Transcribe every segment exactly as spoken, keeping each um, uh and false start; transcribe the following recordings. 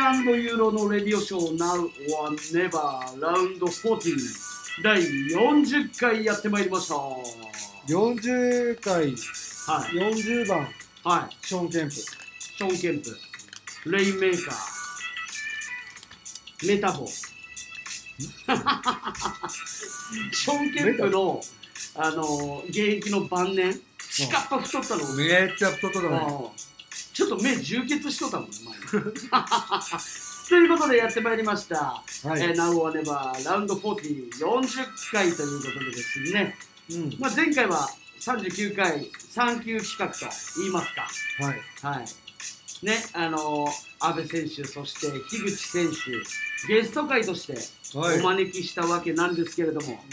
ユーロのレディオショー Now or Never ラウンドよんじゅうだいよんじゅっかいやってまいりました。 よんじゅっかい、 はい、 よんじゅうばん、 はい、 ショーン・ケンプ、 ショーン・ケンプ、レインメーカー、メタボショーン・ケンプのあの現役の晩年スカッと太ったの、 めっちゃ太ったね。 ちょっと目充血しとったもんね前にということでやってまいりました、はい、えー、Now or Never ラウンドよんじゅう、よんじゅっかいということでですね、うん、まあ、前回はさんじゅうきゅうかいさん級企画と言いますか、はい、はい、ね、あのー、阿部選手、そして樋口選手、ゲスト会としてお招きしたわけなんですけれども、はい、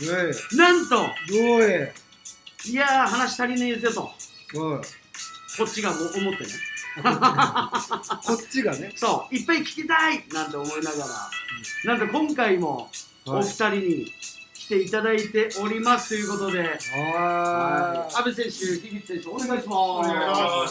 なんと、いやー話足りねえぜと、こっちがも思ってねこっちがね、 そういっぱい聞きたいなんて思いながら、うん、なんと今回もお二人に来ていただいておりますということで、はい、阿部選手、樋口選手、お願いします。お願いします。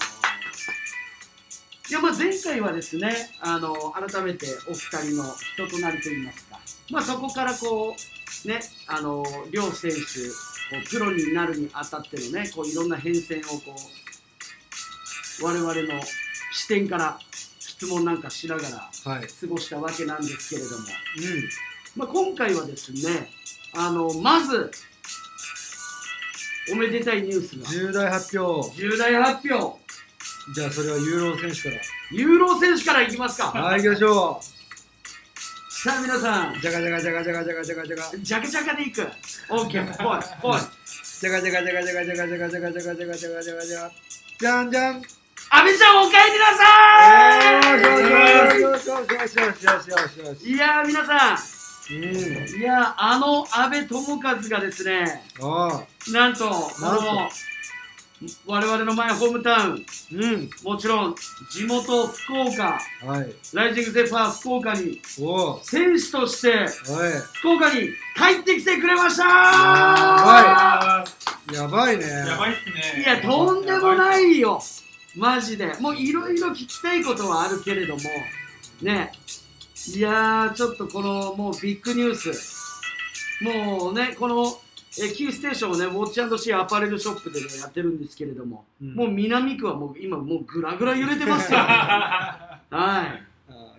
いや、まあ前回はですね、あの改めてお二人の人となりといいますか、まあそこからこうね、あの両選手こうプロになるにあたってのね、こういろんな変遷をこう我々の視点から質問なんかしながら過ごしたわけなんですけれども、はい、うん、まあ、今回はですね、あのまずおめでたいニュースが重大発表重大発表。 じゃあそれはユーロ選手からユーロ選手からいきますか。 はい、行きましょう。 さあ皆さん、 じゃがじゃがじゃがじゃがじゃがじゃがじゃがじゃがじゃがでいく。オッケー、ほいほい。 じゃがじゃがじゃがじゃがじゃがじゃがじゃがじゃがじゃがじゃがじゃがじゃがじゃんじゃん。 阿部ちゃんお帰りなさーい。よしよしよしよしよしよしよし。 いやー皆さん、うん、いやーあの阿部智和がですね、あなんとこの我々の前ホームタウン、うん、もちろん地元福岡、はい、ライジングゼファー福岡に選手として、はい、福岡に帰ってきてくれました。 やばいやばいね。 やばいっすね。 いやとんでもないよマジで。もういろいろ聞きたいことはあるけれどもね、いやーちょっとこのもうビッグニュース、もうねこのえキーステーションをね、ウォッチ&シーアパレルショップで、ね、やってるんですけれども、うん、もう南区はもう今もうぐらぐら揺れてますよ、ね、はい。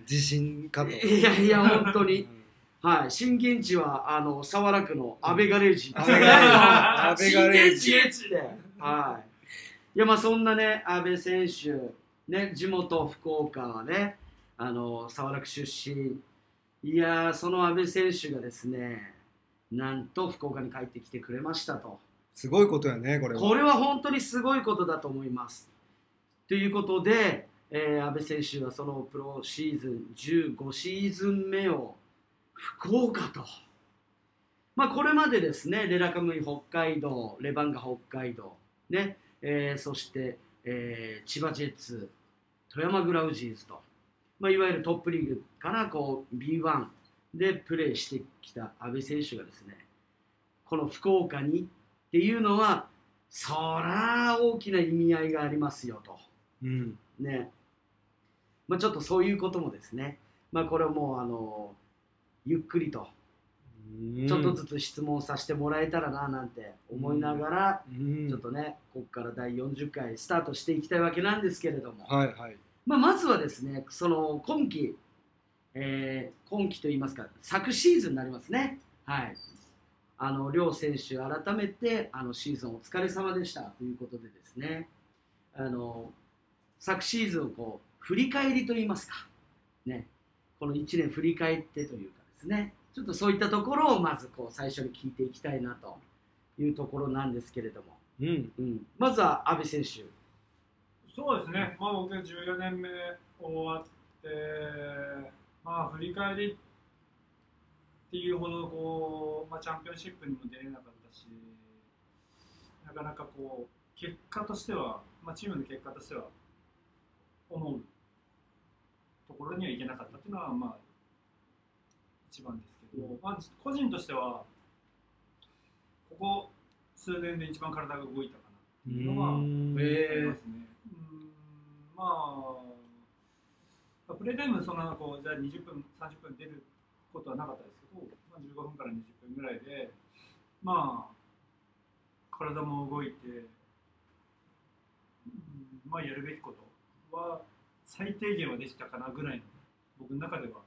地震かと。 いやいや本当に、うん、はい。震源地はあの早良区の阿部ガレージ。阿部ガレージ。震源地で。はい。いやまあそんなね阿部選手ね、地元福岡はね、あの早良区出身。いやその阿部選手がですね、なんと福岡に帰ってきてくれましたと。 すごいことやね、これは。 これは本当にすごいことだと思います。ということで、えー、阿部選手はそのプロシーズンじゅうごシーズン目を福岡と。まあこれまでですね、レラカムイ北海道、レバンガ北海道、ね、えー、そして、えー、千葉ジェッツ、富山グラウジーズと、まあ、いわゆるトップリーグからこう ビーワンでプレーしてきた阿部選手がですね、この福岡にっていうのはそら大きな意味合いがありますよと、うんね、まあ、ちょっとそういうこともですね、まあ、これはもうあのゆっくりとちょっとずつ質問させてもらえたらななんて思いながら、ちょっとねここからだいよんじゅっかいスタートしていきたいわけなんですけれども、はいはい、まあ、まずはですね、その今季えー、今季といいますか昨シーズンになりますね、はい、あの両選手改めてあのシーズンお疲れ様でしたということでですね、あの昨シーズンをこう振り返りといいますか、ね、このいちねん振り返ってというかですね、ちょっとそういったところをまずこう最初に聞いていきたいなというところなんですけれども、うんうん、まずは阿部選手。 そうですね、まあ、僕じゅうよねんめ終わってまあ振り返りっていうほどこう、まあ、チャンピオンシップにも出れなかったし、なかなかこう結果としては、まあ、チームの結果としては思うところにはいけなかったっていうのはまあ一番ですけど、まあ、個人としてはここ数年で一番体が動いたかなっていうのはありますね。うん、まあププレータイムそんなこうじゃあにじゅっぷんさんじゅっぷん出ることはなかったですけど、まあ、じゅうごふんからにじゅっぷんぐらいでまあ体も動いて、うん、まあやるべきことは最低限はできたかなぐらいの僕の中では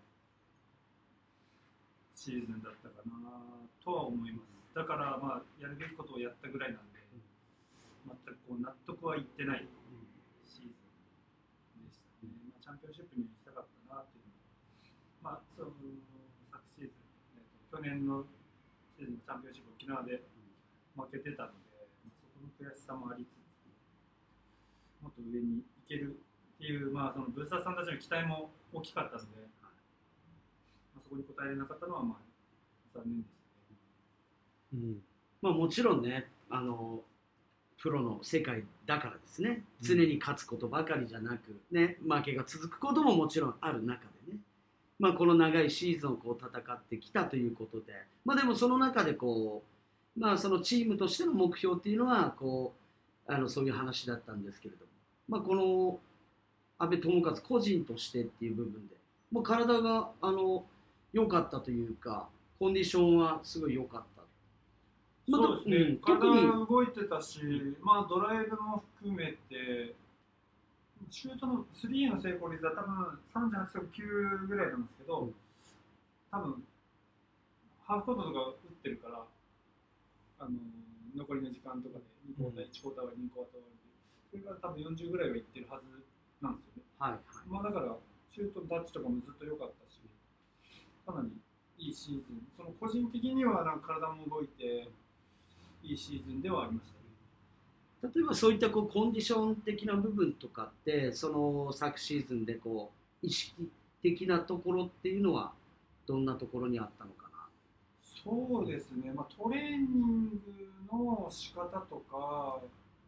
シーズンだったかなとは思います。だからまあやるべきことをやったぐらいなんで全くこう納得はいってないシーズンでしたね。まあ、チャンピオンシップに行きたかったなっていうのは、まあその昨シーズン、えーと、去年のシーズンのチャンピオンシップ沖縄で負けてたので、まあ、そこの悔しさもありつつもっと上に行けるっていう、まあ、そのブースターさんたちの期待も大きかったので、まあ、そこに応えれなかったのはまあ残念でしたね。 うん、まあもちろんね、あのプロの世界だからですね、常に勝つことばかりじゃなく、ね、負けが続くことももちろんある中でね、まあ、この長いシーズンをこう戦ってきたということで、まあ、でもその中でこう、まあ、そのチームとしての目標っていうのはこうあのそういう話だったんですけれども、まあ、この阿部智和個人としてっていう部分で、もう体があの良かったというか、コンディションはすごい良かった。まあ、 そうですね、 うん、 体特に動いてたし、まあ、ドライブも含めて、シュートのスリーの成功率は多分さんじゅうはちてんきゅうぐらいなんですけど、多分ハーフコートとか打ってるから、あの残りの時間とかでにクォーター、いちクォーターはにクォーターはそれから多分よんじゅうぐらいはいってるはずなんですよね。 はいはい、 まあ、だからシュートのタッチとかもずっと良かったし、かなりいいシーズン、その個人的にはなんか体も動いていいシーズンではありましたね。 例えばそういったこうコンディション的な部分とかってその昨シーズンでこう意識的なところっていうのはどんなところにあったのかな。 そうですね、まあ、トレーニングの仕方とか、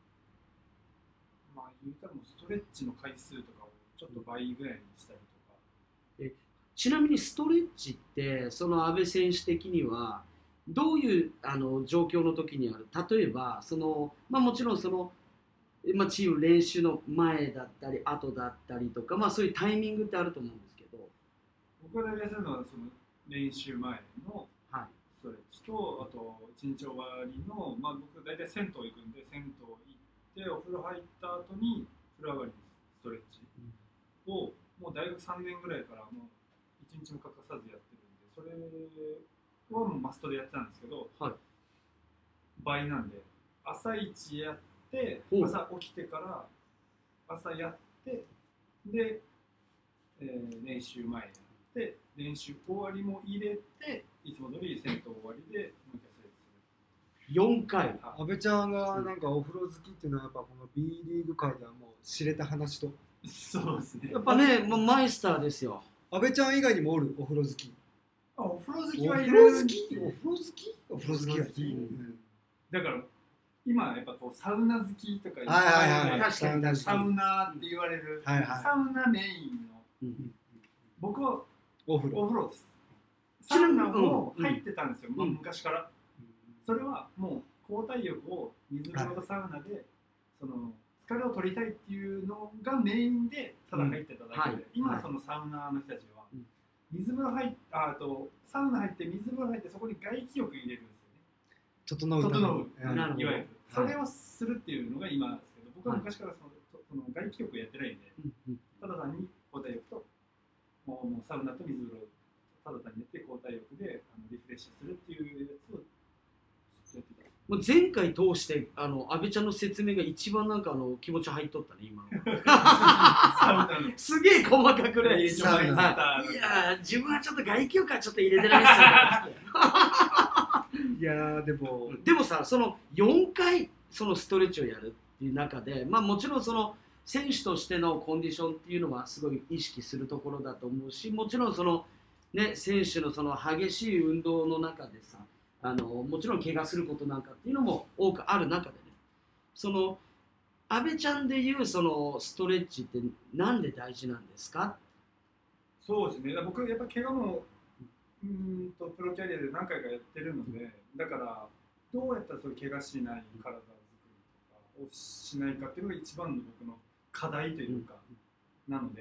まあ、言うたらもうストレッチの回数とかをちょっと倍ぐらいにしたりとか。 えちなみにストレッチってその阿部選手的にはどういうあの状況の時にある。例えばその、まあ、もちろんその、まあ、チーム練習の前だったり後だったりとか、まあ、そういうタイミングってあると思うんですけど、 僕が大体するのはその練習前のストレッチと、あと一日終わりの、まあ、僕大体銭湯行くんで、銭湯行ってお風呂入った後に風呂上がりのストレッチをもう大学さんねんぐらいからもう一日も欠かさずやってるんで、それはもうマストでやってたんですけど、 はい、 倍なんで朝一やって朝起きてから朝やってで、えー、練習前やって練習終わりも入れていつも通り銭湯終わりでもう一回ストレッチするよんかい。 阿部ちゃんがなんかお風呂好きっていうのはやっぱこの B リーグ界ではもう知れた話と。 そうですね。 やっぱね、まあ、マイスターですよ。 阿部ちゃん以外にもおるお風呂好き。 あ、お風呂好きはいる。 る。 お風呂好き。お風呂好き。お風呂好きは、うん、 だから今やっぱこうサウナ好きとかいっぱい、 はいはいはい、 確かにサウナって言われる、 はいはい、 サウナメインの、うん、僕はお風呂。 お風呂です。サウナも入ってたんですよ、うん、まあ、昔から、うん、それはもう交代浴を水風呂とサウナで、はい、その疲れを取りたいっていうのがメインでただ入ってただけで、うん、はい、今そのサウナーの人たちは、うん、水風呂入っあとサウナ入って水風呂入ってそこに外気浴入れるんですよね。 整う。 整う。 うん、なるほど。 いわゆるそれをするっていうのが今ですけど、僕は昔からその、その外気浴やってないんで、うん、ただ単に交代浴ともう、もうサウナと水風呂ただ単にやって交代浴であのリフレッシュするっていうやつをやってた。 もう前回通してあの阿部ちゃんの説明が一番なんかあの気持ち入っとったね今の。 サウナのすげえ細かくね。いサウナいや自分はちょっと外気浴はちょっと入れてないですよ。 いやでもでもさ、そのよんかいそのストレッチをやるっていう中で、まあ、もちろんその選手としてのコンディションっていうのはすごい意識するところだと思うし、もちろんその、ね、選手のその激しい運動の中でさ、あのもちろん怪我することなんかっていうのも多くある中でね、その阿部ちゃんでいうそのストレッチってなんで大事なんですか？ そうですね、僕やっぱ怪我もうんとプロキャリアで何回かやってるので、だからどうやったらそういう怪我しない体作りとかをしないかっていうのが一番の僕の課題というか、うん、なので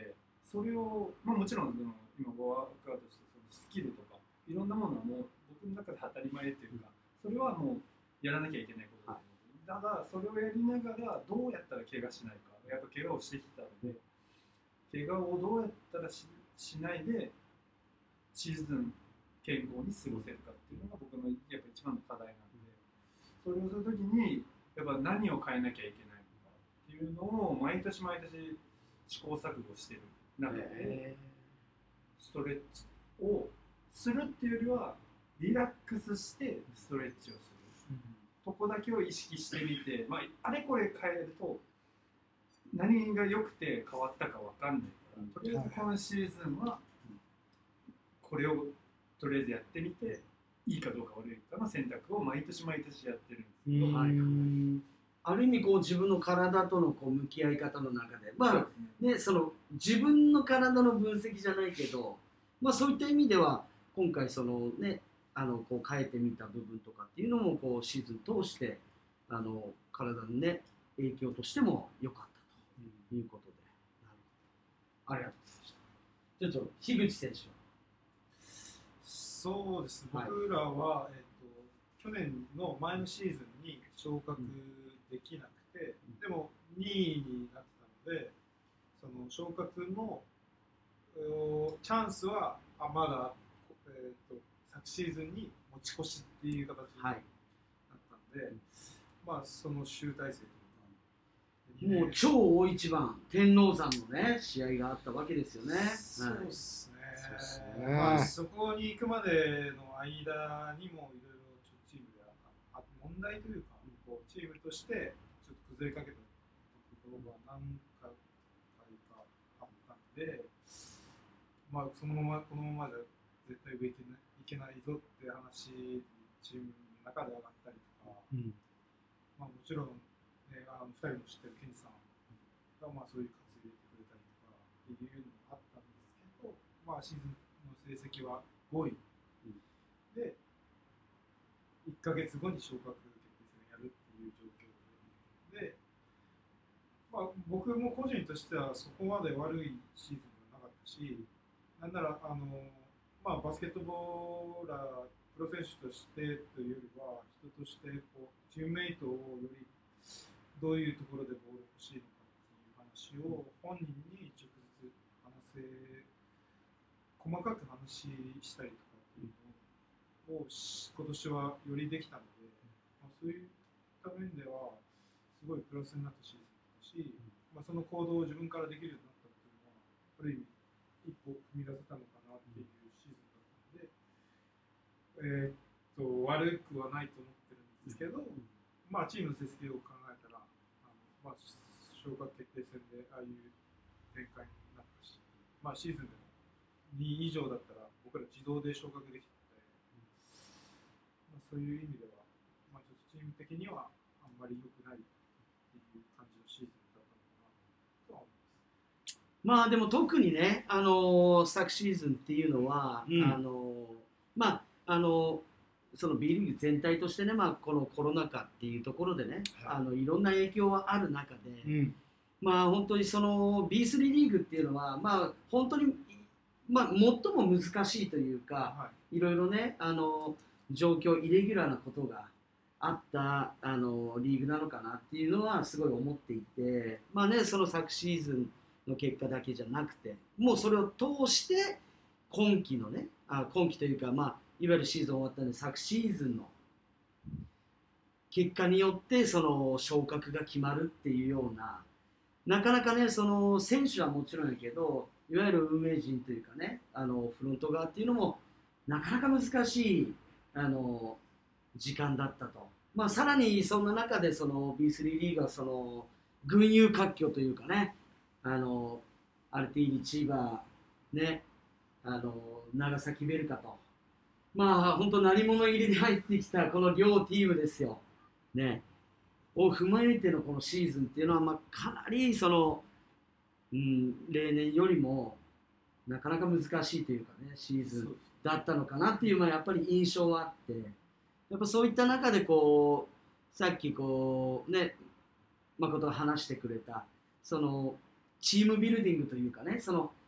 それを、まあ、もちろんその今ワークアウトしてそのスキルとかいろんなものはもう僕の中で当たり前っていうか、それはもうやらなきゃいけないことだと思う。ただそれをやりながらどうやったら怪我しないか、やっぱ怪我をしてきたので、怪我をどうやったら し, しないでシーズン健康に過ごせるかっていうのが僕のやっぱ一番の課題なんで、それをするときにやっぱ何を変えなきゃいけないのかっていうのを毎年毎年試行錯誤してる中で、ストレッチをするっていうよりはリラックスしてストレッチをする、うん、とこだけを意識してみて、まあ、あれこれ変えると何が良くて変わったか分かんないから、とりあえず今シーズンはこれをとりあえずやってみていいかどうか悪いかの選択を毎年毎年やってるんですけど、はい、 ある意味こう自分の体とのこう向き合い方の中で、まあね、その自分の体の分析じゃないけど、まあ、そういった意味では今回そのねあのこう変えてみた部分とかっていうのもこうシーズン通してあの体のね影響としても良かったということで、うん、ありがとうございました。ちょっと樋口選手は。 そうです、僕らは、えー、と去年の前のシーズンに昇格できなくて、うん、でもにいになってたので、その昇格のチャンスはあまだ、えー、と昨シーズンに持ち越しっていう形になったので、はい、まあその集大成というか、 もう超大一番天王山のね試合があったわけですよね。 そうですね。はい、まあ、そこに行くまでの間にもいろいろチームであ問題というか、こうチームとしてちょっと崩れかけたところが何回かあったんで、まあ、そのままこのままじゃ絶対上行けない、いけないぞって話、チームの中で上がったりとか、うん、まあ、もちろん、ね、あのふたりも知ってるケンジさんが、まあ、そういう活動を入れてくれたりとかっていうのがあったんですけど、まあ、シーズンの成績はごい、うん、でいっかげつごに昇格決定戦をやるっていう状況で、まあ、僕も個人としてはそこまで悪いシーズンがなかったし、なんならあの、まあ、バスケットボーラープロ選手としてというよりは人としてこうチームメイトをよりどういうところでボール欲しいのかっていう話を本人に直接話せ細かく話したりとかっていうのを今年はよりできたので、まあ、そういった面ではすごいプラスになったシーズンだったし、まあ、その行動を自分からできるようになったっていうのはある意味一歩踏み出せたのかなっていうシーズンだったので、えー、っと悪くはないと思ってるんですけど、まあ、チームの成績を考えたらあの、まあ、昇格決定戦でああいう展開になったし、まあ、シーズンでもにい以上だったら僕ら自動で昇格できたので、まあ、そういう意味では、まあ、ちょっとチーム的にはあんまり良くないっていう感じのシーズンだったのかなとは思います。 まあでも特にね、あのー、昨シーズンっていうのは、うん、あのー、まああのー、その B リーグ全体としてね、まあ、このコロナ禍っていうところでね、はい、あのいろんな影響はある中で、うん、まあ本当にその ビースリー リーグっていうのは、まあ本当に、まあ、最も難しいというか、はい、いろいろね、あの状況、イレギュラーなことがあったあのリーグなのかなっていうのはすごい思っていて、まあね、その昨シーズンの結果だけじゃなくて、もうそれを通して今季のね、あ今季というか、まあいわゆるシーズン終わったんで昨シーズンの結果によってその昇格が決まるっていうような、なかなかねその選手はもちろんやけどいわゆる運営陣というかねあのフロント側っていうのもなかなか難しいあの時間だったと、まあ、さらにそんな中でその ビースリー リーグはその群雄割拠というかねあのアルティーリ、千葉、ね、あの長崎ベルカと。まあ本当何者入りで入ってきたこの両チームですよ、ね、を踏まえてのこのシーズンっていうのは、まあ、かなりその、うん、例年よりもなかなか難しいというかねシーズンだったのかなっていう、まあ、やっぱり印象はあって、やっぱそういった中でこうさっきこうね誠が話してくれたそのチームビルディングというかねその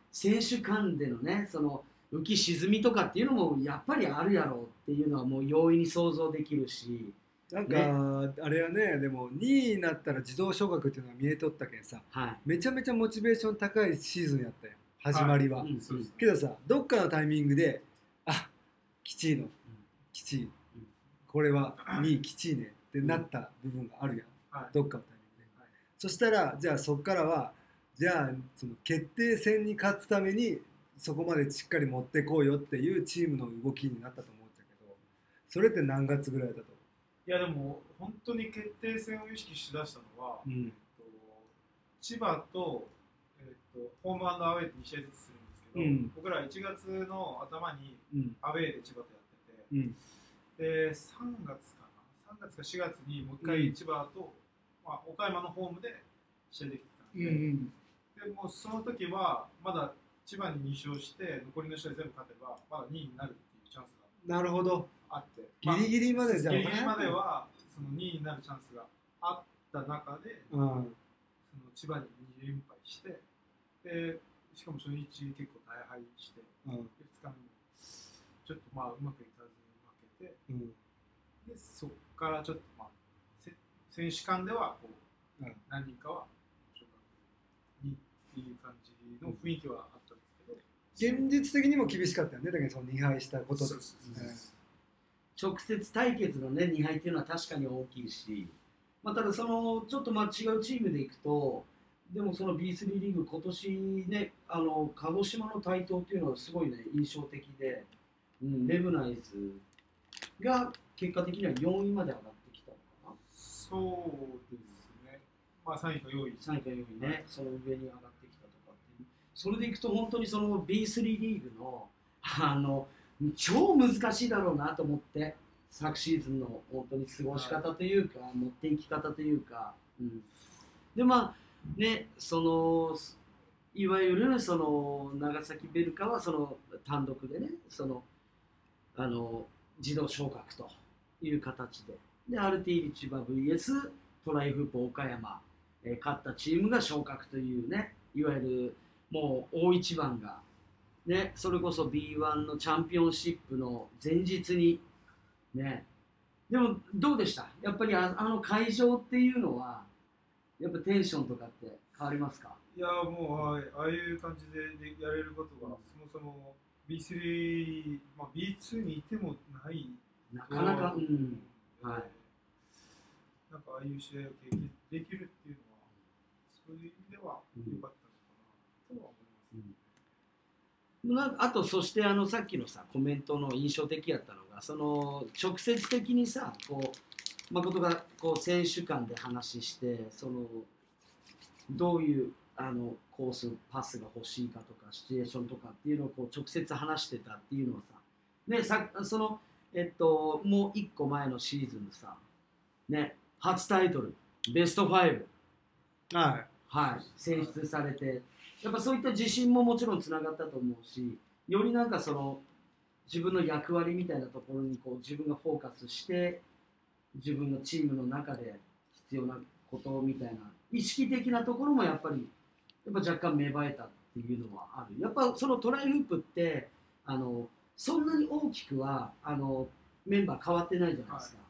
選手間でのねその浮き沈みとかっていうのもやっぱりあるやろうっていうのはもう容易に想像できるし、 なんか、ね、あれはねでもにいになったら自動昇格っていうのは見えとったけんさ、はい、めちゃめちゃモチベーション高いシーズンやったよ始まりは、はいうん、けどさどっかのタイミングであきちいの、うん、きちい、うん、これはにいきちいねってなった部分があるやん、はい、どっかのタイミングで、はい、そしたらじゃあそっからはじゃあその決定戦に勝つためにそこまでしっかり持ってこうよっていうチームの動きになったと思うんだけど、それって何月ぐらいだと？ いやでも本当に決定戦を意識しだしたのは、うんえっと、千葉と、えっと、ホームアンドアウェイでに試合ずつするんですけど、うん、僕らいちがつの頭にアウェイで千葉とやってて、うん、でさんがつかなさんがつかしがつにもう一回千葉と、うんまあ、岡山のホームで試合できてたんで、うん、でもうその時はまだ千葉にに勝して残りの試合全部勝てばまだにいになるっていうチャンスがなるほどあって、 ギリギリまでじゃあ、 ギリギリまではそのにいになるチャンスがあった中で、うん、その千葉にに連敗してでしかも初日結構大敗して、うん、ふつかめもちょっとまあうまくいかず負けて、うん、でそこからちょっとまあ選手間ではこう、うん、何人かは昇格にっていう感じの雰囲気はあったんですけど、 現実的にも厳しかったよね。だけどそのに敗したことで、 直接対決のねに敗っていうのは確かに大きいし、まあ、ただそのちょっとまあ違うチームでいくとでもその ビースリー リーグ今年ねあの鹿児島の台頭っていうのはすごいね印象的で、うん、レブナイズが結果的にはよんいまで上がってきたのかな。 そうですね、まあ、さんいかよんいさんいかよんいね、はい、その上に上がってきたとかっていう、それでいくと本当にその ビースリー リーグのあの超難しいだろうなと思って昨シーズンの本当に過ごし方というか、はい、持っていき方というか、うん、でまあねそのいわゆるその長崎ベルカはその単独でねそのあの自動昇格という形でで アールティー 千葉 ブイエス トライフープ岡山、えー、勝ったチームが昇格というねいわゆるもう大一番がね、それこそ ビーワン のチャンピオンシップの前日にね、でもどうでした？やっぱり あ, あの会場っていうのはやっぱテンションとかって変わりますか？ いやもう、はい、ああいう感じでやれることが、うん、そもそも ビースリー、まあ、ビーツー にいてもないなかなか、うんはい、 なんかああいう試合を経験できるっていうのはそういう意味では良かったのかなとは思います、うんあとそしてあのさっきのさコメントの印象的やったのがその直接的にさこう誠がこう選手間で話してそのどういうあのコースパスが欲しいかとかシチュエーションとかっていうのをこう直接話してたっていうのはさねさそのえっともう一個前のシーズンのさね初タイトルベストファイブはいはい選出されて。やっぱそういった自信ももちろんつながったと思うし、よりなんかその自分の役割みたいなところにこう自分がフォーカスして自分のチームの中で必要なことみたいな意識的なところもやっぱりやっぱ若干芽生えたっていうのはある。やっぱそのトライフープってあのそんなに大きくはあのメンバー変わってないじゃないですか、はい、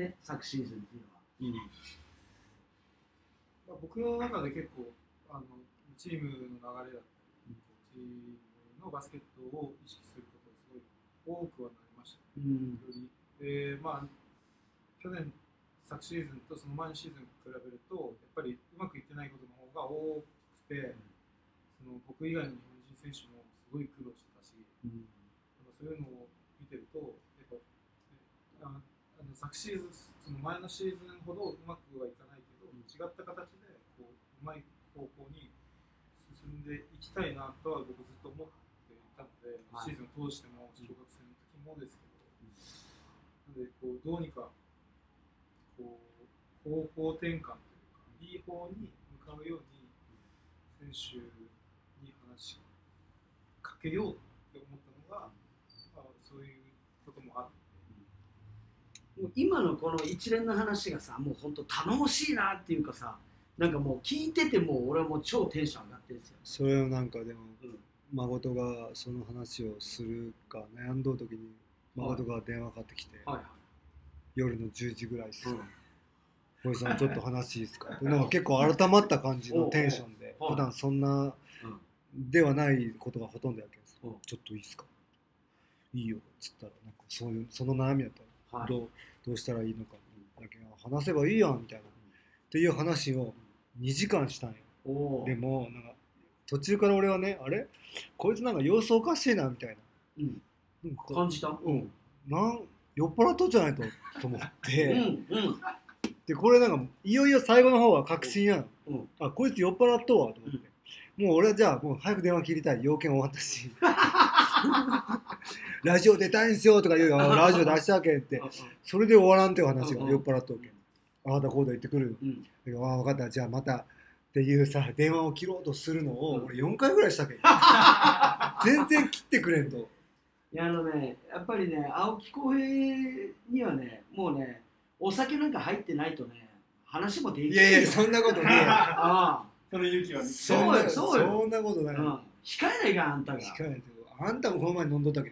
ね、昨シーズンっていうのは、 うん、僕の中で結構あのチームの流れだったり、チームのバスケットを意識することがすごい多くはなりました、ね、うん、よりで、まあ、去年、昨シーズンとその前のシーズンに比べると、やっぱりうまくいってないことの方が多くて、その僕以外の日本人選手もすごい苦労してたし、うん、そういうのを見てると、やっぱ、ああの昨シーズン、その前のシーズンほどうまくはいかないけど、違った形でこううまい方向に進んでいきたいなとは僕ずっと思っていたので、はい、シーズンを通しても小学生の時もですけど、うん、なのでこうどうにかこう方向転換というかいい方に向かうように選手に話しかけようって思ったのが、まあ、そういうこともあって、 もう今のこの一連の話がさもう本当頼もしいなっていうかさ、なんかもう聞いてても俺はもう超テンション上がってるんですよ。 それをなんかでも、 誠がその話をするか悩んどう時に誠が電話かかってきて、はいはい、夜のじゅうじぐらいですよ、小石さんちょっと話いいですかなんか結構改まった感じのテンションで普段そんなではないことがほとんどやけんです。ちょっといいですかいいよっつったらなんかそういうその悩みやったら、はい、どうどうしたらいいのかだけ話せばいいやんみたいな、うん、っていう話をにじかんしたんよ。でもなんか途中から俺はねあれこいつなんか様子おかしいなみたいな、うん、 なんか感じた、 うん、なん酔っ払っとっじゃないとと思ってうん、うん、でこれなんかいよいよ最後の方は確信やん、うん、あこいつ酔っ払っとわと思って、うん、もう俺はじゃあもう早く電話切りたい要件終わったしラジオ出たいんすよとか言うよラジオ出したけんってそれで終わらんっていう話が酔っ払っとるけんああだこうだ言ってくるよ、うん、ああ分かったじゃあまたっていうさ電話を切ろうとするのを俺よんかいぐらいしたけん全然切ってくれんと。いやあのねやっぱりね青木浩平にはねもうねお酒なんか入ってないとね話もできない。 いやいやそんなことねえああその勇気はねそうよそうよそんなことない、うん、 控えないかあんたが控えないあんたもこの前飲んどったけど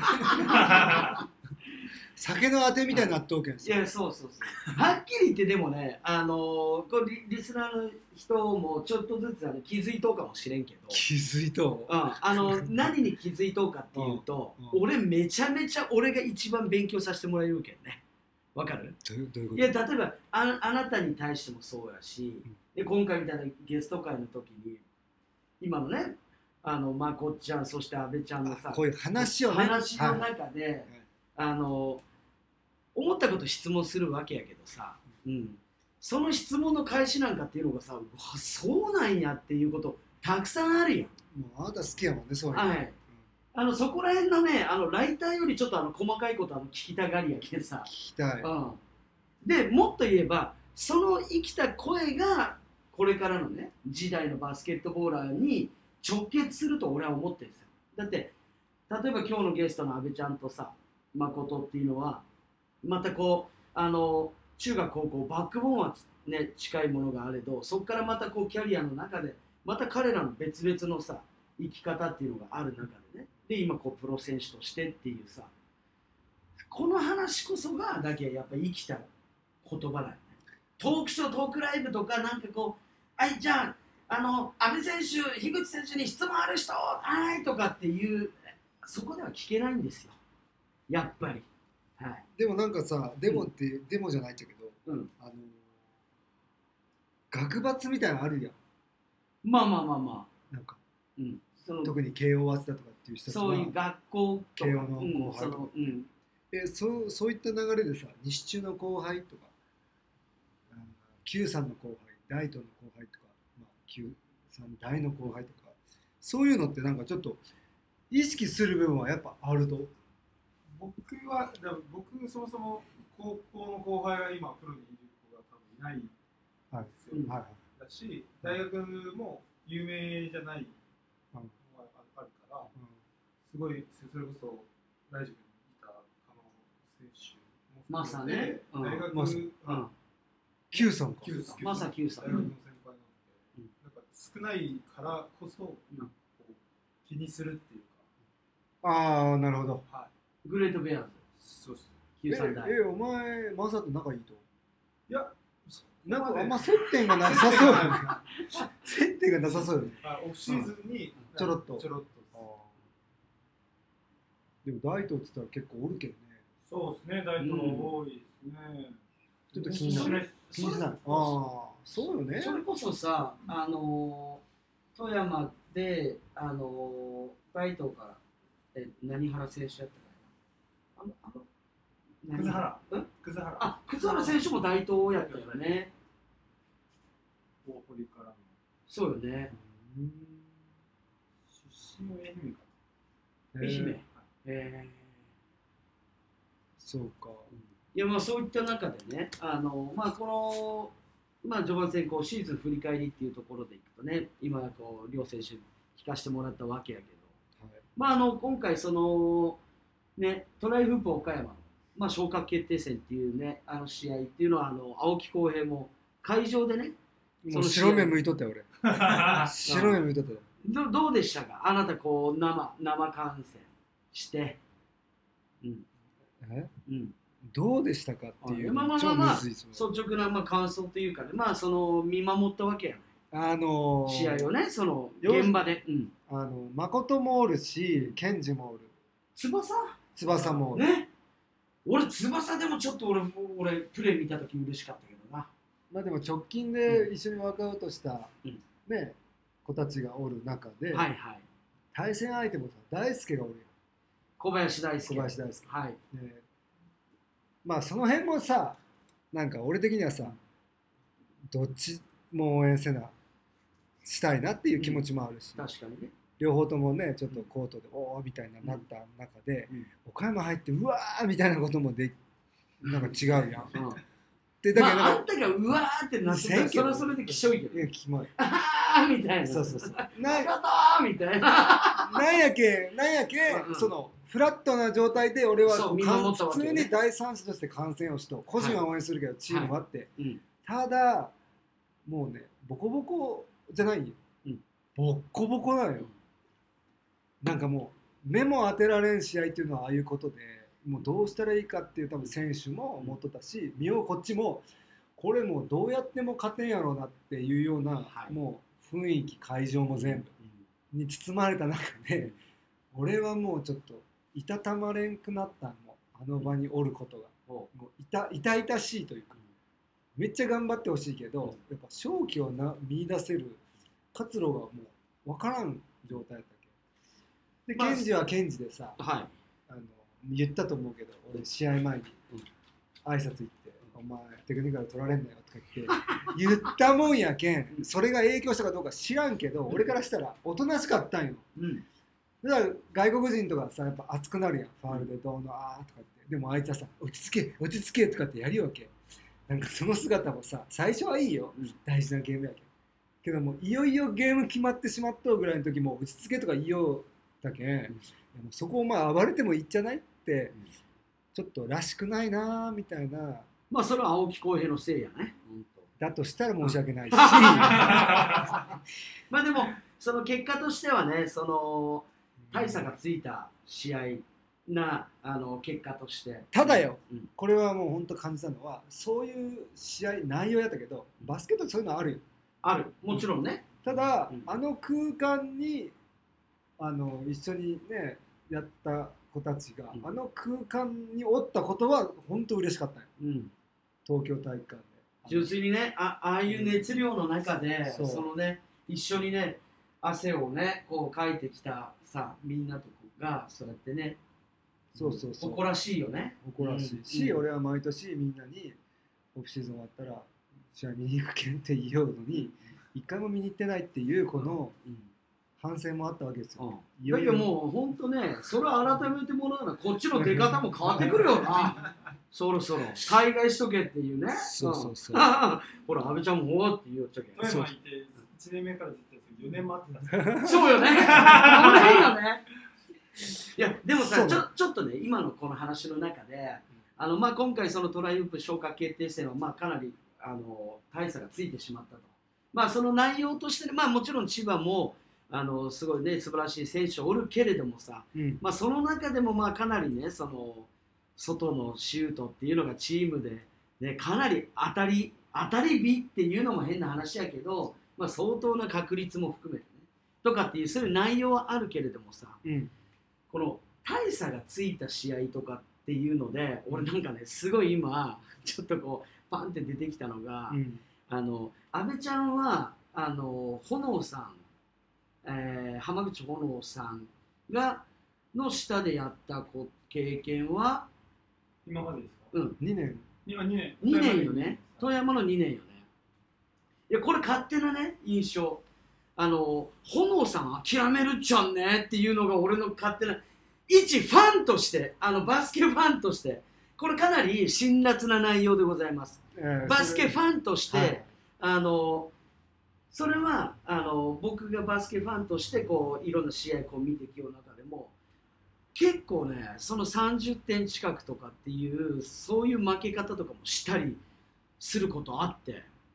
酒のあてみたいになっとうけん。 いやそうそうそうはっきり言ってでもねあのー、こリ, リスナーの人もちょっとずつあの気づいとうかもしれんけど気づいとう、うん、あの何に気づいとうかっていうと、うんうん、俺めちゃめちゃ俺が一番勉強させてもらえるけんね。わかる？ どういうこと？ いや例えば あ, あなたに対してもそうやし、うん、で今回みたいなゲスト会の時に今のねあのまこっちゃんそして阿部ちゃんのさこういう話をね話の中で、はい、あの思ったこと質問するわけやけどさ、うん、その質問の返しなんかっていうのがさそうなんやっていうことたくさんあるやん。 もうあなた好きやもんねそういうの、 はい、うん、あのそこら辺のねあのライターよりちょっとあの細かいことあの聞きたがりやけんさ聞きたい、 うん、でもっと言えばその生きた声がこれからのね時代のバスケットボーラーに直結すると俺は思ってるんですよ。だって例えば今日のゲストの阿部ちゃんとさ誠っていうのはまたこうあの中学高校バックボーンは、ね、近いものがあれどそこからまたこうキャリアの中でまた彼らの別々のさ生き方っていうのがある中でねで今こうプロ選手としてっていうさこの話こそがだけやっぱ生きた言葉だよね。トークショートークライブとかなんかこうはいじゃああの阿部選手樋口選手に質問ある人はいとかっていうそこでは聞けないんですよやっぱり。はい、 でもなんかさデモって、うん、デモじゃないんだけど、うん、あの学閥みたいなのあるやん。 まあまあまあまあなんか、うん、その特に慶応早稲田とかっていう人たちそういう学校とか慶応の後輩とか、うんうん、え そ, そういった流れでさ西中の後輩とか Q さんの後輩大東の後輩とか、まあ、Q さん大の後輩とかそういうのってなんかちょっと意識する部分はやっぱあると。 僕はだ僕そもそも高校の後輩が今プロにいる子が多分いないんですよ、はいはい、だし大学も有名じゃないのがあるから、うん、すごいそれこそ大塾にいた加納選手も含めて、 まさね、 大学、 まさうん、Q さんかまさ Q さん大学の先輩なので、うん、なんか少ないからこそ、うん、気にするっていうか。 ああなるほど、 はいグレートベアーズ。 そうっす。 きゅうさん代。 え、え、お前、マサと仲いいと？ いや、 なんかあんま接点がなさそうよね。接点がなさそうよね。 オフシーズンにちょろっと。 ちょろっと。 でも大東って言ったら結構おるけどね。 そうですね、大東多いですね。 ちょっと気になる。気になる。ああ、そうよね。 それこそさ、あの富山であの大東からえ何原選手やったかな。あのあの葛原。 うん？ 葛原。 あ、葛原選手も大東やったよね。 大堀からの。 そうよね。 出身は愛媛か。 愛媛。えー、 そうか。 いやまあそういった中でね、あのまあこのまあ序盤戦こうシーズン振り返りっていうところでいくとね、今こう両選手聞かせてもらったわけやけど、はい、まああの今回そのねトライフープ岡山のまあ昇格決定戦っていうねあの試合っていうのはあの青木浩平も会場でねもう白目向いとったよ俺白目向いとったよ。 どどうでしたかあなたこう生生観戦して、うんえうん、 どうでしたかっていう、 まあまあまあまあ率直なまあ感想というかね、まあその見守ったわけやね、 あのー、 試合をね、その現場で、うん、 あの誠もおるしケンジもおる、 翼翼もおるね。俺翼でもちょっと 俺, 俺プレー見た時嬉しかったけどな。 まあでも直近で一緒にワークアウトした、うん、ね子たちがおる中で、 はいはい、 対戦相手もさ大輔がおるよ。 小林大輔。 小林大輔。 はい。 ね、まあその辺もさ、なんか俺的にはさ、どっちも応援せなしたいなっていう気持ちもあるし、 うん、確かにね。両方ともねちょっとコートで、うん、おーみたいななった中で、うん、岡山入ってうわーみたいなこともでなんか違うやん。うんでだけど、まあ、あんたがうわーってなってたらそれはそれできしょいけど、 いやキモいあーみたいな、 そうそうそうなるほどみたいななんやけなんやけ、うん、そのフラットな状態で俺は普通に第三者として観戦をしと個人は応援するけど、はい、チームはあって、はいうん、ただもうねボコボコじゃないよ、うん、ボッコボコなのよ、うん、なんかもう目も当てられん試合っていうのはああいうことでもうどうしたらいいかっていう多分選手も思っとったし、見ようこっちもこれもうどうやっても勝てんやろうなっていうような、はい、もう雰囲気会場も全部に包まれた中で、俺はもうちょっといたたまれんくなったのあの場におることがもう痛々しいというか、めっちゃ頑張ってほしいけどやっぱ勝機をな見出せる活路がもう分からん状態だったけで、まあ、ケンジはケンジでさ、はい、あの言ったと思うけど俺試合前に挨拶行って「お前テクニカル取られんなよ」とか言って言ったもんやけん、それが影響したかどうか知らんけど俺からしたらおとなしかったんよ、うん、だから外国人とかさやっぱ熱くなるやん、ファールでどうのあーとかって、でもあいつはさ落ち着け落ち着けとかってやるわけ、なんかその姿もさ最初はいいよ、うん、大事なゲームやけんけどもいよいよゲーム決まってしまったぐらいの時も落ち着けとか言おうだけん、うん、でもそこをまあ暴れてもいいんじゃないって、うん、ちょっとらしくないなみたいな、 まあそれは青木浩平のせいやね、 だとしたら申し訳ないしまあでもその結果としてはね、その大差がついた試合なあの結果としてただよ、うん、これはもう本当感じたのはそういう試合内容やったけどバスケットそういうのあるよ、 あるもちろんね、 ただ、うん、あの空間にあの一緒にねやった子たちが、うん、あの空間におったことは本当嬉しかったよ、うん、東京体育館で純粋にね あ, ああいう熱量の中で、うん、そのね一緒にね汗をねこうかいてきたさみんなとがそうやってね、 そうそうそう誇らしいよね、 誇らしいし、うん、俺は毎年みんなにオフシーズン終わったら試合見に行くけんって言おうのに一回も見に行ってないっていうこの反省もあったわけですよ、 うん、いやいやもう本当ねそれを改めてもらうのはこっちの出方も変わってくるよなそろそろ海外しとけっていうね、 そうそうそうほら阿部ちゃんもほわって言っちゃけ富山行っていちねんめからずっとよねん待ってたそうよねこの辺よねいやでもさちょ、ちょっとね今のこの話の中であの、まあ、今回そのトライウープ昇格決定戦は、まあ、かなりあの大差がついてしまったと、まあ、その内容として、まあ、もちろん千葉もあのすごいね素晴らしい選手おるけれどもさ、うんまあ、その中でもまあかなりねその外のシュートっていうのがチームで、ね、かなり当たり当たり日っていうのも変な話やけど、まあ、相当な確率も含めてねとかっていうそういう内容はあるけれどもさ、うんこの大差がついた試合とかっていうので俺なんかねすごい今ちょっとこうパンって出てきたのが、うん、あの阿部ちゃんはあの炎さん、えー、浜口炎さんがの下でやった経験は今までですか？ うん、 にねん今にねんにねんよね富山のにねんよね。いやこれ勝手なね印象あの炎さん諦めるっちゃんねっていうのが俺の勝手な一ファンとしてあのバスケファンとしてこれかなり辛辣な内容でございます、えー、バスケファンとして、はい、あのそれはあの僕がバスケファンとしてこういろんな試合こう見てきよう中でも結構ねそのさんじゅってん近くとかっていうそういう負け方とかもしたりすることあって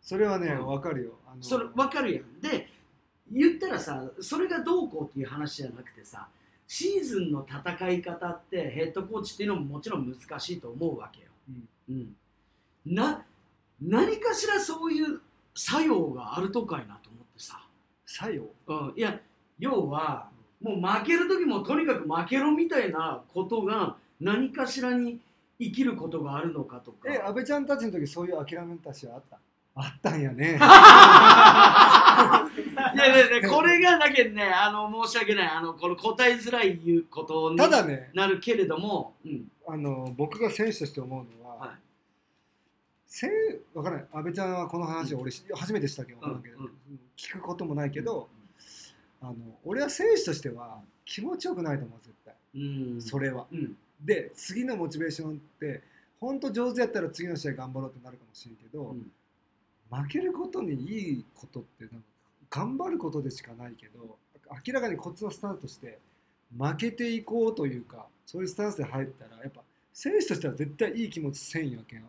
それはね、分かるよ。 あのそれ分かるやん。で言ったらさ、それがどうこうっていう話じゃなくてさ、シーズンの戦い方ってヘッドコーチっていうのももちろん難しいと思うわけよ、うんうん、な何かしらそういう作用があるとかいなと思ってさ。 作用、 うん、いや要はもう負ける時もとにかく負けろみたいなことが何かしらに生きることがあるのかとか。 え、安倍ちゃんたちの時そういう諦めたしはあった？あったんやね。 いやいやいや、これがだけどね、あの申し訳ない、あのこの答えづらいいうことになるけれども、 ね、うん、あの僕が選手として思うのは、はい、せ分からない。安倍ちゃんはこの話を俺、うん、初めてしたけど、うんうん、聞くこともないけど、うん、あの俺は選手としては気持ちよくないと思う絶対、うん、それは、うん、で次のモチベーションって本当上手やったら次の試合頑張ろうってなるかもしれんけど、うん、負けることにいいことってなんか頑張ることでしかないけど、明らかにこっちのスタンスとして負けていこうというか、そういうスタンスで入ったらやっぱ選手としては絶対いい気持ちせんやけん、うん、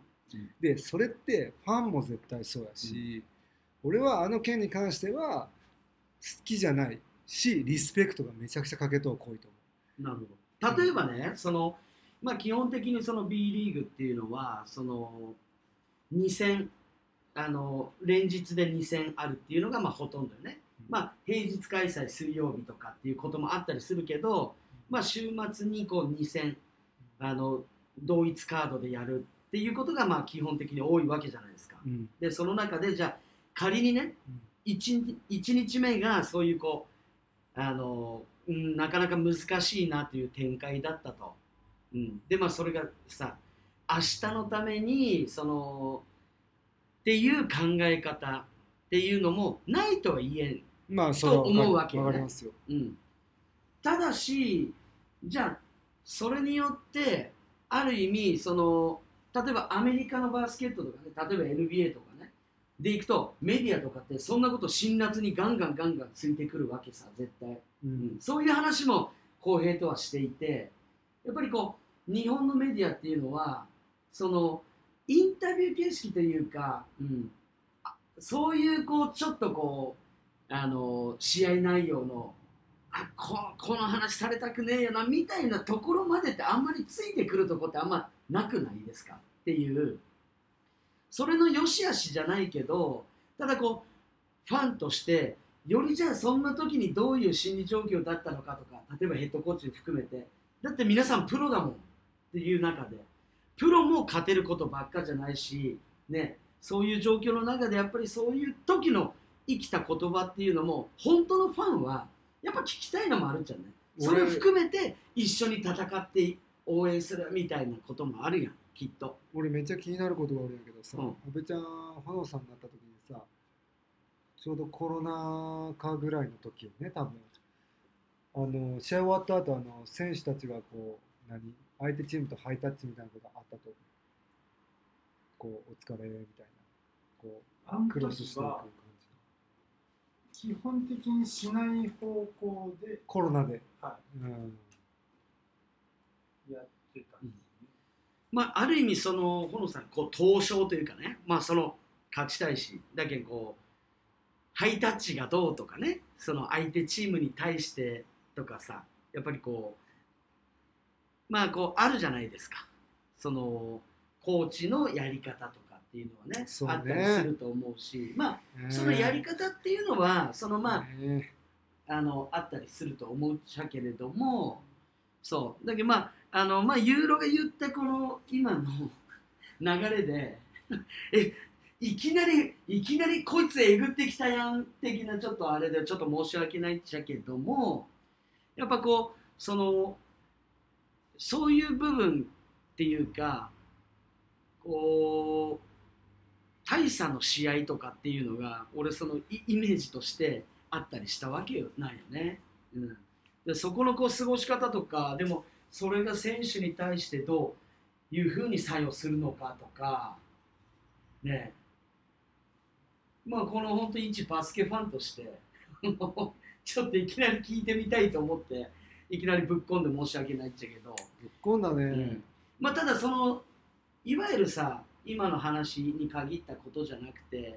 でそれってファンも絶対そうやし、うん、俺はあの件に関しては好きじゃないしリスペクトがめちゃくちゃかけとう濃いと思う。なるほど。例えばね、うん、そのまあ基本的にその B リーグっていうのはそのに戦あの連日でに戦あるっていうのがまあほとんどよね、うん、まあ平日開催水曜日とかっていうこともあったりするけど、まあ週末にこうに戦あの同一カードでやるっていうことがまあ基本的に多いわけじゃないですか、うん、でその中でじゃあ仮にね、うん、1, 1日目がそういうこうあの、うん、なかなか難しいなという展開だったと、うん、でまあそれがさ明日のためにそのっていう考え方っていうのもないとは言えん、まあ、と思うわけよね。うん、ただしじゃあそれによってある意味その例えばアメリカのバスケットとかね、例えば エヌビーエー とかねでいくとメディアとかってそんなこと辛辣にガンガンガンガンついてくるわけさ絶対、うんうん、そういう話も公平とはしていて、やっぱりこう日本のメディアっていうのはそのインタビュー形式というか、うん、そういうこうちょっとこうあの試合内容のあ こ, この話されたくねえよなみたいなところまでってあんまりついてくるとこってあんまなくないですかっていう、それの良し悪しじゃないけど、ただこうファンとしてよりじゃあそんな時にどういう心理状況だったのかとか、例えばヘッドコーチ含めて、だって皆さんプロだもんっていう中でプロも勝てることばっかじゃないし、ね、そういう状況の中でやっぱりそういう時の生きた言葉っていうのも本当のファンはやっぱ聞きたいのもあるじゃない。それを含めて一緒に戦って応援するみたいなこともあるやんきっと。 俺めっちゃ気になることがあるんやけどさ、うん、安倍ちゃん炎さんになった時にさ、ちょうどコロナ禍ぐらいの時よね多分。あの試合終わった後あの選手たちがこう何相手チームとハイタッチみたいなことがあったと、こうお疲れみたいなこうクロスしていく感じ。基本的にしない方向でコロナで、 はいうん、やってたんですね、 うん、まあある意味その炎さんこう闘争というかね、まあその勝ちたいしだけどこうハイタッチがどうとかね、その相手チームに対してとかさ、やっぱりこうまあこうあるじゃないですか、そのコーチのやり方とかっていうのは ね, ねあったりすると思うし、まあ、えー、そのやり方っていうのはそのまあ、えー、あのあったりすると思うちゃけれども、そうだけどまああのまあユーロが言ったこの今の流れでえいきなりいきなりこいつえぐってきたやん的なちょっとあれでちょっと申し訳ないっちゃけども、やっぱこうそのそういう部分っていうかこう大差の試合とかっていうのが俺そのイメージとしてあったりしたわけよないよね、うん、でそこのこう過ごし方とか、でもそれが選手に対してどういうふうに作用するのかとかね、まあこの本当に一バスケファンとしてちょっといきなり聞いてみたいと思っていきなりぶっこんで申し訳ないっちゃけど、 ぶっこんだね、 うん、まあただそのいわゆるさ今の話に限ったことじゃなくて、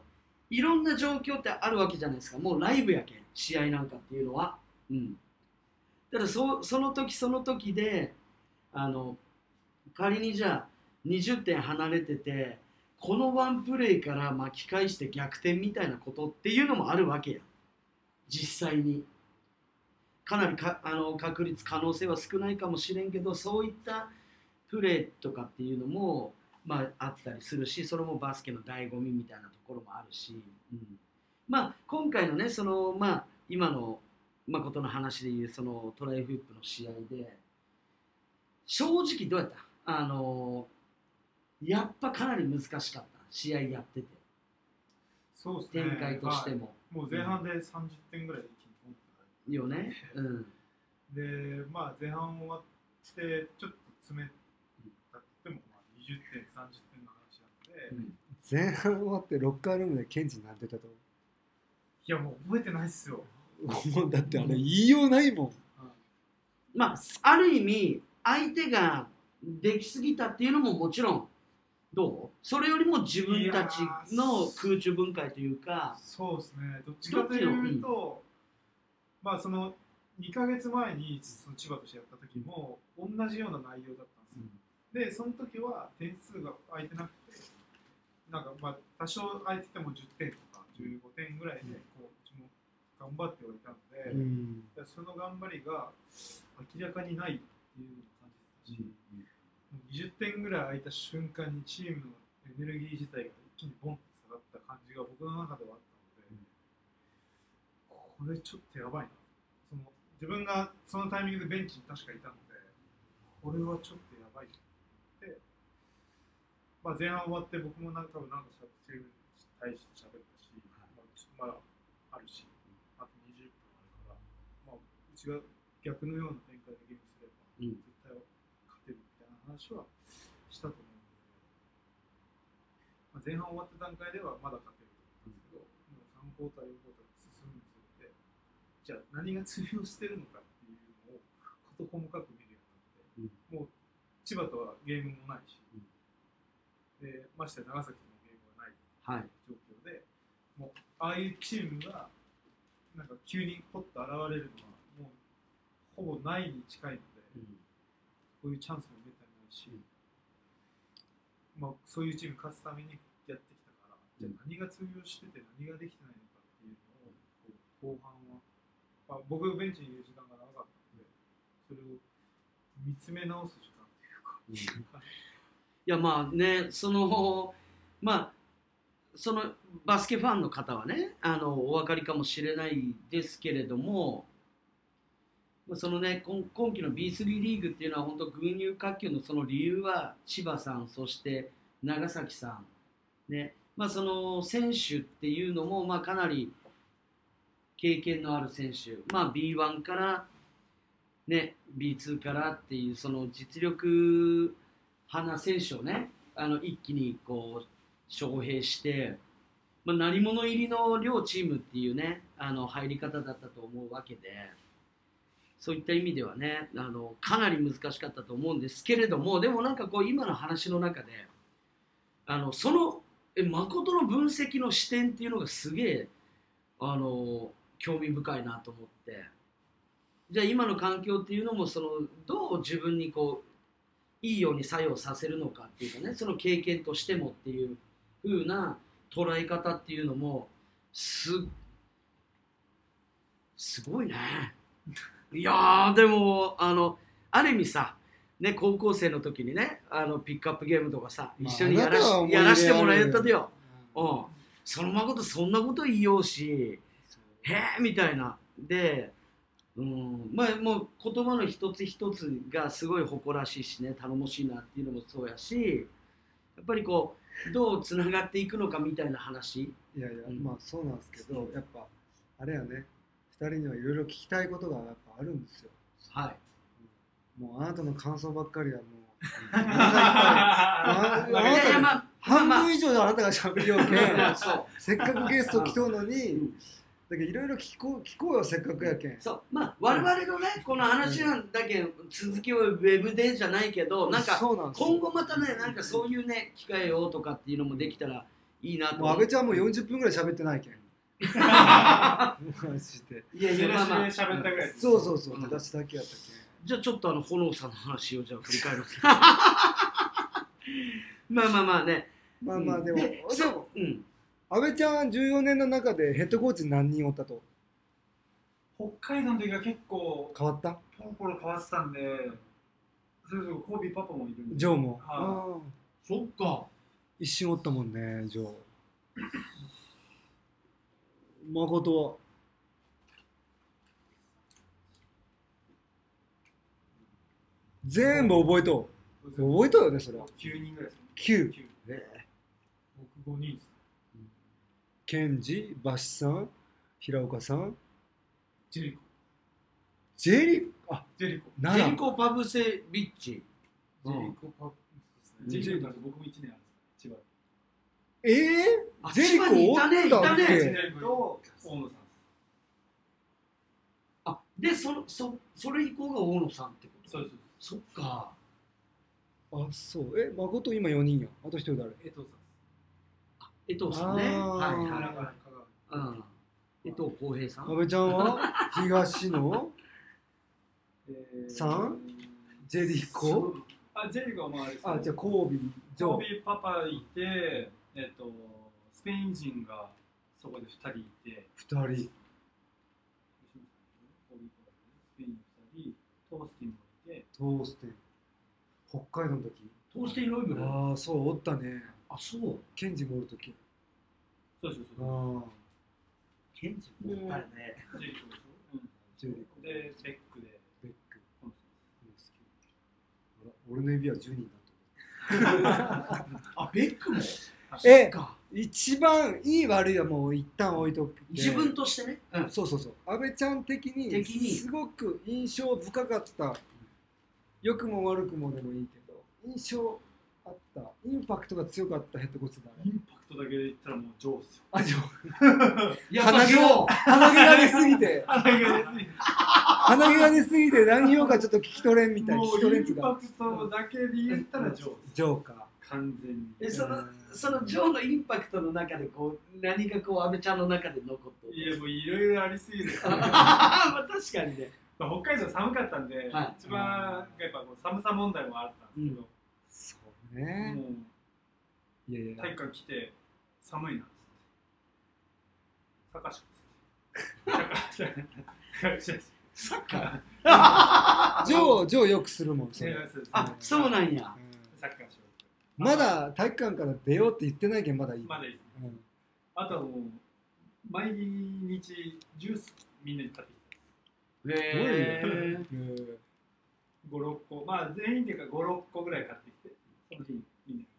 いろんな状況ってあるわけじゃないですか。もうライブやけん、試合なんかっていうのは。うん、ただ そ, その時その時であの仮にじゃあにじゅってん離れてて、このワンプレーから巻き返して逆転みたいなことっていうのもあるわけや。実際にかなりかあの確率可能性は少ないかもしれんけど、そういったプレーとかっていうのも、まあ、あったりするし、それもバスケの醍醐味みたいなところもあるし、うん、まあ今回のねその、まあ、今の誠の話でいうそのトライフープの試合で正直どうやった？あのやっぱかなり難しかった、試合やってて。 そうですね、 展開としても、 まあ、もう前半でさんじゅってんぐらい一気に取ってよね、うん、 で、まあ、前半終わってちょっと詰めたっても、まあ、にじゅってんさんじゅってんの話なんで、うん、 前半終わってロッカールームでケンジなんてたと思う？ いやもう覚えてないっすよ。 もうだってあれ言いようないもん、うん、 まあある意味相手ができすぎたっていうのももちろんどう？それよりも自分たちの空中分解というか。 そうですね、どっちかというと、うん、まあそのにかげつまえにその千葉としてやった時も同じような内容だったんですよ、うん、でその時は点数が空いてなくて、なんかまあ多少空いててもじゅってんとかじゅうごてんぐらいでこう、うん、うちも頑張ってはいたので、うん、その頑張りが明らかにないっていうのを感じてたし、うん、にじゅってんぐらい空いた瞬間にチームのエネルギー自体が一気にボンって下がった感じが僕の中ではあったので、うん、これちょっとやばいな、その自分がそのタイミングでベンチに確かいたので、これはちょっとやばいで、まあ、前半終わって僕もなんか多分なんかチームに対して喋ったし、まあ、まあ、あるし、あとにじゅっぷんあるから、まあ、うちが逆のような展開でゲームすれば、うん、絶対勝てるみたいな話はしたと思うので、まあ、前半終わった段階ではまだ勝てると思ったんですけど、もうさんクォーター、よんクォーター進むにつれて、じゃあ何が通用してるのかっていうのを事細かく見るようになって、うん、もう千葉とはゲームもないし、うん、でまして長崎とのゲームがない状況で、はい、もうああいうチームがなんか急にポッと現れるのはもうほぼないに近いので、うん、こういうチャンスもめったにないし、うん、まあ、そういうチーム勝つためにやってきたから、じゃあ何が通用してて何ができてないのかっていうのを後半は、まあ、僕ベンチにいる時間が長かったので、それを見つめ直す時間っていうか、うん、いやまあね、そのまあそのバスケファンの方はね、あのお分かりかもしれないですけれども、そのね、今, 今期の ビースリー リーグっていうのは本当群雄割拠のその理由は千葉さん、そして長崎さん、ね、まあ、その選手っていうのもまあかなり経験のある選手、まあ、ビーワン から、ね、ビーツー からっていうその実力派な選手をね、あの一気にこう招聘して、まあ、鳴り物入りの両チームっていうね、あの入り方だったと思うわけで、そういった意味ではね、あのかなり難しかったと思うんですけれども、でもなんかこう今の話の中であのそのえ誠の分析の視点っていうのがすげえあの興味深いなと思って、じゃあ今の環境っていうのもそのどう自分にこういいように作用させるのかっていうかね、その経験としてもっていう風な捉え方っていうのもすすごいね。いやーでもあのある意味さ、ね、高校生の時にね、あのピックアップゲームとかさ、一緒にやらし、やらしてもらえたでよ、うん、その誠そんなこと言いようし、へえみたいなで、うん、まあもう言葉の一つ一つがすごい誇らしいしね、頼もしいなっていうのもそうやし、やっぱりこうどうつながっていくのかみたいな話。 いやいや、うん、まあそうなんですけど、やっぱあれやね、ふたりにはいろいろ聞きたいことがやっぱあるんですよ。はい。もうあなたの感想ばっかりはもう半分以上であなたが喋りようけんせっかくゲスト来とうのに、だけどいろいろ聞こう聞こうよ、せっかくやけん。 そうまあ我々のねこの話なんだけど、続きをウェブでじゃないけど、なんか今後またねなんかそういうね機会をとかっていうのもできたらいいなともう安倍ちゃんもよんじゅっぷんぐらい喋ってないけんマジでいやいやまあまあ喋ったぐらいそうそうそう、 うん出だしだけやったけん。 じゃあちょっとあの炎さんの話をじゃあ振り返るまあまあまあねまあまあでも、 ででそもう、うん、 安倍ちゃんじゅうよねんの中でヘッドコーチ何人おったと北海道の時は結構変わったポロポロ変わってたんで、それこそコービーパパもいるんで、 ジョーも、 はああそっか一瞬おったもんねジョー。誠は全部覚えとう覚えとうよねそれは。 きゅうにんぐらいですね。 きゅう。 きゅうえ僕ごにんです。 ケンジ、バシさん、平岡さん、 ジェリコ。 ジェリあジェリコ。 ジェリコ・パブセビッチジェリコパブですね。ジェリコなんて僕もいちねんあるんですか、千葉ええあー、ジェリコ千葉にいたねおったっいたねけいちねんと大野さんです。 あでそのそそれ以降が大野さんってことそうです。 そっかあ、そう。え、誠今よにんや。あとひとり誰江藤さんです。 江藤さんねあーはい神奈はい川香川。 うん江藤浩平さん安倍ちゃんは東野えーさんジェリコあ、ジェリコはまああれですね。 あ、じゃあコービー、ジョー。 コービーパパいて、えっと、スペイン人がそこでふたりいて、 ふたり。 コービーパパスペインふたり、トースティンもいて、 トーステン。北海道の時。 トースティン・ロイブルああ、そう、おったね。 あそうケンジもおる時。 そうそうあそう。 あ、 ケンジもあるねジェリコでしょ、うん、 ジェリコ。 で、ベックで、 ベック。 このあら俺の指はじゅうにんだと。 あベックもえそっか一番いい悪いはもう一旦置いとくて。 自分としてね、うん、 そうそうそう。安倍ちゃん的に的にすごく印象深かった。良くも悪くもでもいいけど、印象あった、インパクトが強かったヘッドコーチだイね。 ンパクトだけで言ったらもう上手ですよ。 あ、じゃやっぱジョー鼻毛が出すぎて、 鼻毛がですね。 鼻毛が出すぎて何言おうかちょっと聞き取れんみたいな。聞もうき取れんつがインパクトだけで言ったら上手。 ジョーカー。 完全に。 えそのそのジョーのインパクトの中でこう何がこう安倍ちゃんの中で残っていやもういろいろありすぎる。 まあ確かにねまあ北海道寒かったんで、 はい一番やっぱこう寒さ問題もあったんですけど、 そうね。 もいやいうや体育館来て寒いなっつってサッカーしサッカーサッカージョー、ジョーよくするもん。それあそうなんやうんサッカーしよう。 まだ体育館から出ようって言ってないけんまだいい。 まだいいですね。 うんあとはもう毎日ジュースみんなに買ってきてへえうんご、ろっこ、まあ全員っていうかご、ろっこぐらい買ってきて、その日みんな。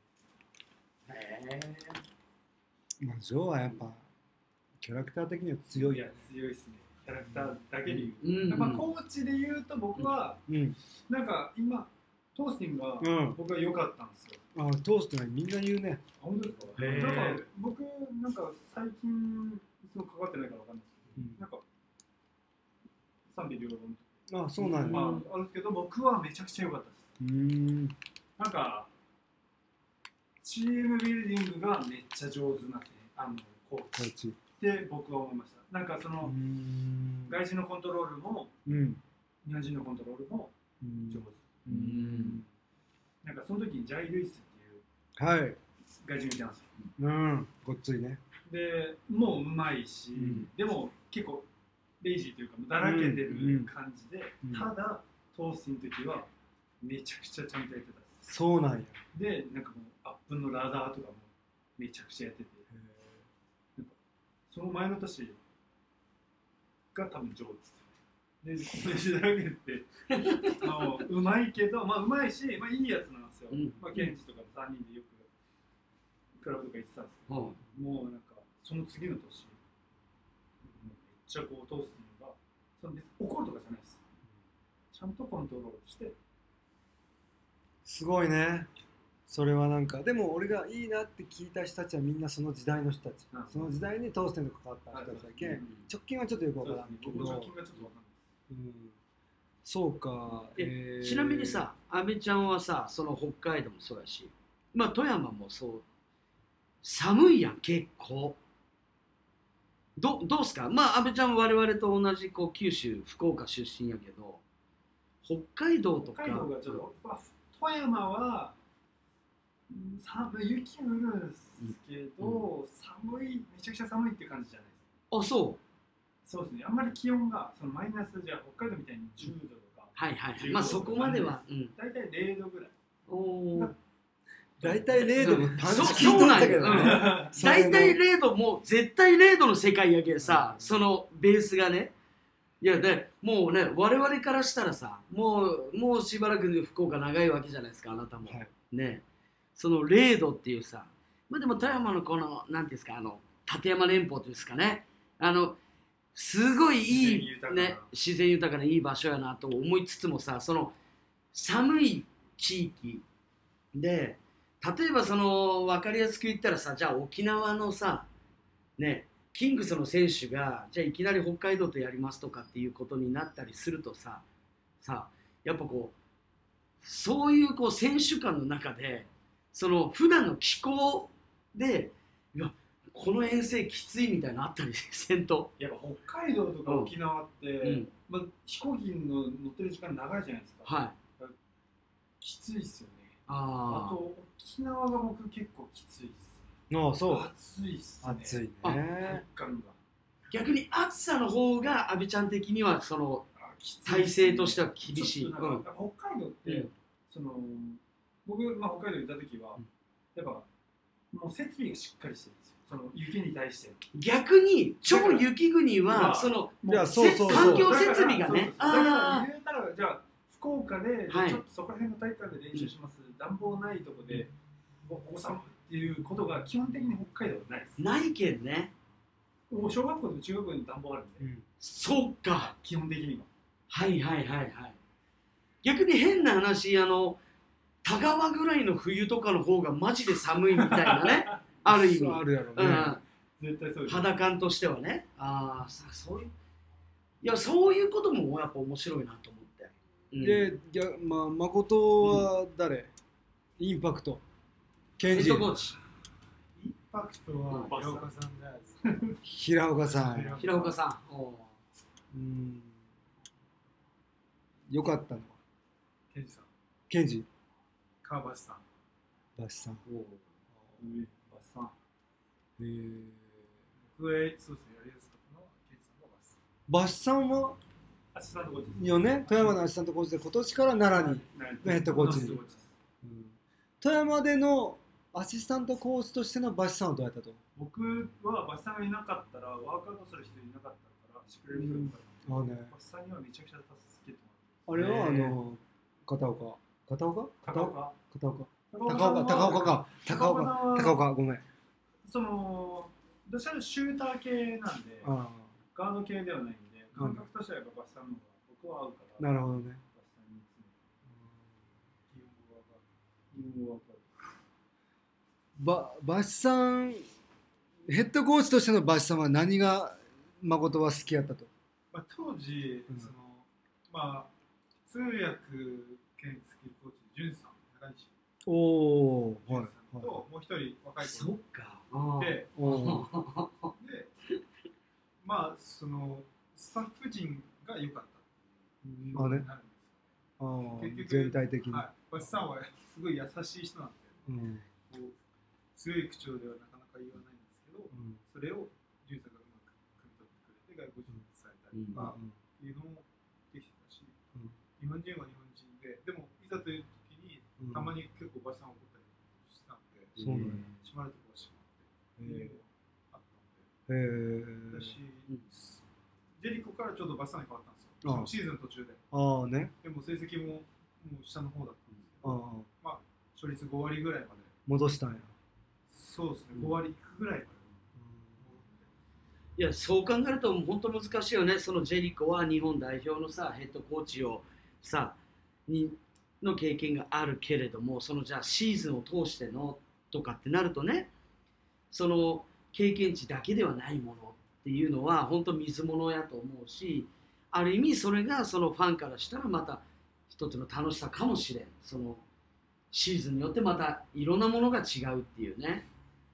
まあ、ジョーはやっぱキャラクター的には強いよいや、強いですね。キャラクターだけで言う。 うんやっぱコーチで言うと僕は、 うん。 なんか今、トースティンがうん僕は良かったんですよ。 あ、トーストはみんな言うね。 本当ですか？ へーなんか僕、なんか最近、いつも関わってないからわかんないですけど、 うんなんか賛否両論あ、そうなんや。 んまあ、あるんですけど、僕はめちゃくちゃ良かったです。 うーん。 なんか、チームビルディングがめっちゃ上手な、ね、あのコーコチーチ。 って僕は思いました。なんかその、 うーん。 外人のコントロールも、 うん。 日本人のコントロールもうん上手。 うん。 なんかその時にジャイ・ルイスっていうはい。 外人がいたんですよ。 うん。ごっついね。 で、もううまいし、 うんでも結構レイジーというかだらけてる感じで、 うんうんただトースティンの時はめちゃくちゃちゃんとやってたんです。 そうなんや。 で、なんかもうアップのラダーとかもめちゃくちゃやってて、なんかその前の年が多分上手で、この時代ってあのうまいけど、まあうまいし、まあいいやつなんですよ。 うんまあケンジとかさんにんでよくクラブとか行ってたんですけど、もうなんかその次の年、もうめっちゃこうトースティングがその別に怒るとかじゃないです。ちゃんとコントロールして。 すごいね。それはなんか、でも俺がいいなって聞いた人たちはみんなその時代の人たち。 うんその時代にトーステンと関わった人たちだけ、 うん直近はちょっとよくわそうからんけど。 ですね、僕の直近がちょっとわかんないです。 うん、そうか、 えちなみにさ、阿部ちゃんはさ、その北海道もそうやし、まあ富山もそう寒いやん結構。どどうすか。まあ阿部ちゃん我々と同じこう九州福岡出身やけど、北海道とか。 北海道がちょっと、まあ、富山は寒い、雪降るんですけど、うん、寒い、めちゃくちゃ寒いって感じじゃないですか。 あ、そう。 そうですね。あんまり気温がそのマイナスじゃ北海道みたいにじゅうどとか、 はいはいはい。まあそこまでは、 うん、大体れいどぐらい。 おお。 大体れいどのパンチ聞いとったけどね。大体れいどもう絶対れいどの世界やけどさ、そのベースがね。いやでもうね、我々からしたらさ、もうもうしばらく福岡長いわけじゃないですか、あなたも、はい、ね。そのれいどっていうさ、まあでも富山のこのなんていうんですか、あの立山連峰というんですかね、あのすごいいいね、自然豊かないい場所やなと思いつつもさ、その寒い地域で、例えばその分かりやすく言ったらさ、じゃあ沖縄のさね、キングスの選手がじゃあいきなり北海道とやりますとかっていうことになったりするとさ、さやっぱこうそういうこう選手間の中でその普段の気候で、いやこの遠征きついみたいなのあったりせんと。 やっぱ北海道とか沖縄って、うんまあ、飛行機の乗ってる時間長いじゃないですか。 はい。 きついっすよね。 ああと沖縄が僕結構きついっす。 ああ、そう。 暑いっすね。 暑いね。 体感が。 逆に暑さの方が阿部ちゃん的にはその体勢としては厳しい。 なんか、うん、北海道って、うん、その僕、まあ、北海道にいた時は、うん、やっぱもう設備がしっかりしてるんですよ。その雪に対して。 逆に超雪国はその環境設備がね。 だから言うたらじゃあ福岡で、はい、ちょっとそこら辺の体育館で練習します。うん、暖房ないとこでお子さんっていうことが基本的に北海道はないです。 ないけんね。 もう小学校でも中学校に暖房あるんで。うん、 そうか。 基本的には。 はいはいはいはい。逆に変な話、あの田川ぐらいの冬とかの方がマジで寒いみたいなね。ある意味。 あるやろね。 うん、 絶対そうです。 肌感としてはね。ああ、そういう。いや、そういうこともやっぱ面白いなと思って。 うん、で、いや、まあ、誠は誰、うん、インパクト。ケンジ。 ヘッドコーチ。 インパクトは平岡さんじゃないですか。 平岡さん。 平岡さん。おうん。よかったのは。 ケンジさん。 ケンジ。 川橋さん。 橋さん。 おお。さんえー、 僕へそうですね、やりやすかったのはケンジさんのバスさんはアシスタントコーチですよね。富山のアシスタントコーチで今年から奈良にヘッドコーチに、うん、富山でのアシスタントコーチとしてのバスさんはどうやったと。 僕はバスさんがいなかったらワークアウトする人いなかったからしてくれる人がいなかったので、バスさんにはめちゃくちゃ助けてもらって、 あれはあの片岡片岡片岡片岡高岡高岡か高岡高岡ごめん。 そのどちらかというとシューター系なんでガード系ではないんで、感覚としてはやっぱバスさんの方が僕は合うから。 なるほどね。バスさんに詰めて日本語わかる日本語わかる。 ばバシさんヘッドコーチとしてのバシさんは何が誠は好きやったと。 まあ、当時、うん、そのまあ通訳兼スキルコーチジュンさん中西。 おお、はい。 ともう一人若い子そっかで、で、まあそのスタッフ陣が良かったっていう表現になるんですよね。 あ、結局全体的に。 はい。バシさんはすごい優しい人なんで、うん、こう強い口調ではなかなか言わないんですけど、うん、それをジュンさんがうまく汲み取ってくれて外国人に伝えたりとかっていうのもできてたし、うん、日本人は日本人で、でもいざという時にたまに結構バシさんを怒ったりしたんで、 そうね、 閉まるところは閉まって、あったんで、 だし、ジェリコからちょうどバスさんに変わったんですよ、シーズン途中で。 ああね。 でも成績ももう下の方だったんですけど、あまあ勝率ご割ぐらいまで戻したんや。 そうですね、ご割いくぐらいまで。 いや、そう考えると本当難しいよね。そのジェリコは日本代表のさヘッドコーチをさにの経験があるけれども、そのじゃあシーズンを通してのとかってなるとね、その経験値だけではないものっていうのは本当水物やと思うし、ある意味それがそのファンからしたらまた一つの楽しさかもしれん。そのシーズンによってまたいろんなものが違うっていうね。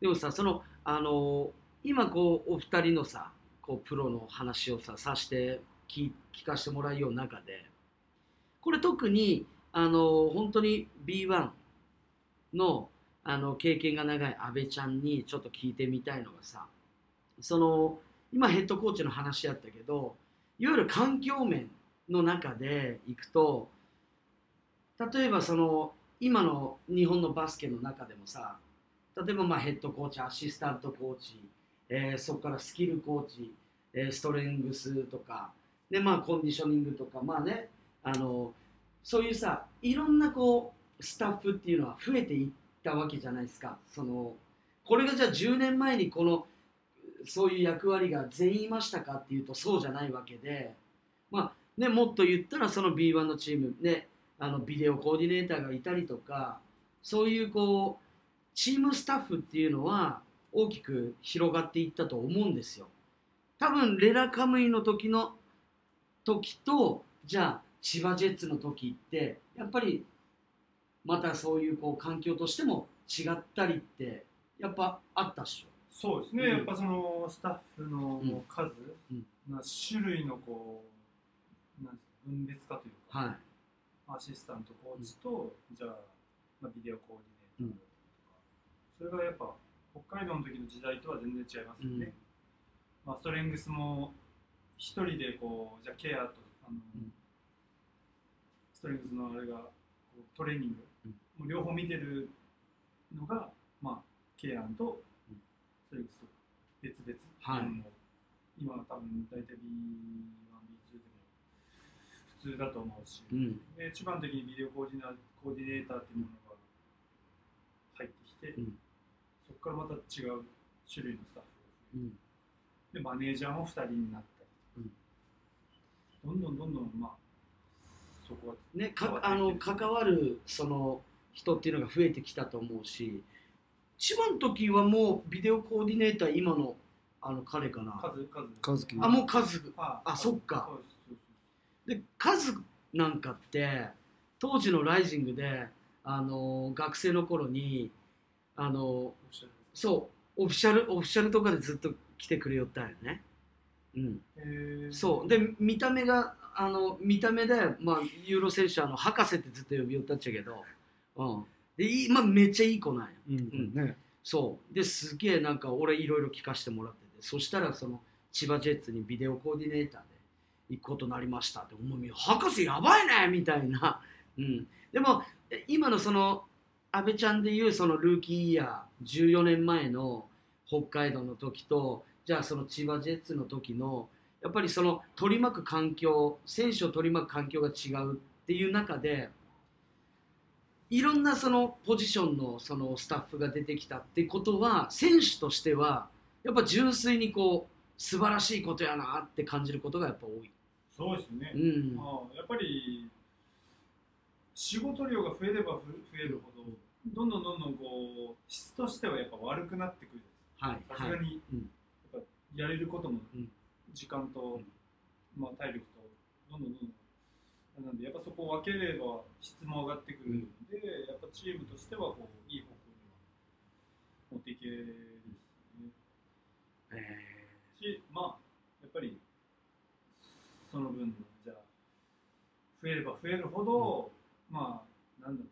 でもさそのあの今こうお二人のさこうプロの話をささして聞聞かせてもらうような中でこれ特にあの本当に ビーワン のあの経験が長い阿部ちゃんにちょっと聞いてみたいのがさその今ヘッドコーチの話やったけどいわゆる環境面の中でいくと例えばその今の日本のバスケの中でもさ例えばまあヘッドコーチアシスタントコーチ、えー、そこからスキルコーチ、えー、ストレングスとかでまあコンディショニングとかまあねあのそういうさいろんなこうスタッフっていうのは増えていったわけじゃないですか。そのこれがじゃあじゅうねんまえにこのそういう役割が全員いましたかっていうとそうじゃないわけで、まあね、もっと言ったらその ビーワン のチーム、ね、あのビデオコーディネーターがいたりとかそういうこうチームスタッフっていうのは大きく広がっていったと思うんですよ。多分レラカムイの時の時とじゃあ千葉ジェッツの時ってやっぱりまたそういうこう環境としても違ったりってやっぱあったっしょ。 そうですね、うん、やっぱそのスタッフの数、 うんうん、種類のこうなんですか分別化というか、 はい、 アシスタントコーチと、うん、じゃあ、まあ、ビデオコーディネーターとか、うん、それがやっぱ北海道の時の時代とは全然違いますよね、うんまあ、ストレングスも一人でこうじゃあケアとあの、うん、ストレングスのあれがこうトレーニング、うん、もう両方見てるのが、まあ、ケアとストレングスと別々、 はい、 今は多分大体 ビーワン、ビーツー でも普通だと思うし、 うん、 で一番的にビデオコーディナコーディネーターっていうものが入ってきて、うん、そこからまた違う種類のスタッフが増えて、うん、でマネージャーもふたりになったりとか、うん、どんどんどんどんまあそこはねかあの関わるその人っていうのが増えてきたと思うし、千葉の時はもうビデオコーディネーター今のあの彼かな。 カズカズカズキあもうカズああそっか。でカズなんかって当時のライジングであの学生の頃にあのそうオフィシャルオフィシャルとかでずっと来てくれよったんよね。うん。 へそうで見た目があの見た目でまあユーロ選手あの博士ってずっと呼びよったっちゃけど、うん。でいまあめっちゃいい子なんや。 うんうんね。 そうですげえなんか俺いろいろ聞かせてもらってて、そしたらその千葉ジェッツにビデオコーディネーターで行くことになりましたって、思う博士やばいねみたいな、うん、でも今のその阿部ちゃんでいうそのルーキーイヤーじゅうよねんまえの北海道の時とじゃあその千葉ジェッツの時のやっぱりその取り巻く環境選手を取り巻く環境が違うっていう中でいろんなそのポジションのそのスタッフが出てきたってことは選手としてはやっぱ純粋にこう素晴らしいことやなって感じることがやっぱ多い。 そうですね、 うん、 あやっぱり仕事量が増えれば増えるほどどんどんどんどんこう質としてはやっぱ悪くなってくる。 さすがにやっぱやれることも時間と、うんまあ、体力とどんどんどんどんなんでやっぱそこを分ければ質も上がってくるので、うん、やっぱチームとしてはこういい方向には持っていけるですね。えー、しまあやっぱりその分じゃあ増えれば増えるほど、うん、まあなんだろう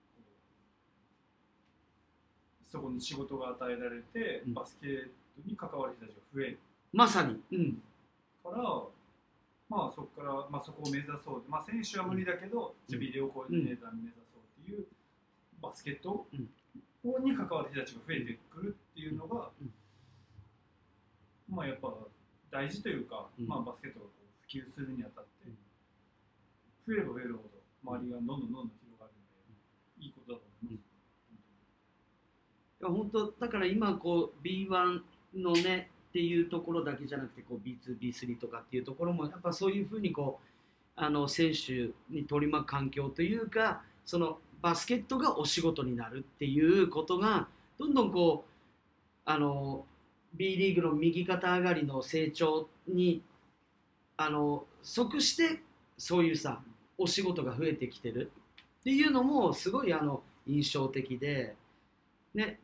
そこに仕事が与えられて、うん、バスケットに関わる人たちが増える。 まさに。うん、 からまあそこから、まあ、そこを目指そう、まあ、選手は無理だけど、うん、ビデオコーディネーターに目指そうっていうバスケットに関わる人たちが増えてくるっていうのが、うん、まあやっぱ大事というか、うんまあ、バスケットがこう普及するにあたって、増えれば増えるほど周りがどんどんどんどん広がるので、いいことだと思います。 いや本当だから今こう ビーワン のねっていうところだけじゃなくてこう ビーツー、ビースリー とかっていうところもやっぱそういうふうにこうあの選手に取り巻く環境というかそのバスケットがお仕事になるっていうことがどんどんこうあの B リーグの右肩上がりの成長にあの即してそういうさお仕事が増えてきてるっていうのもすごいあの印象的でね。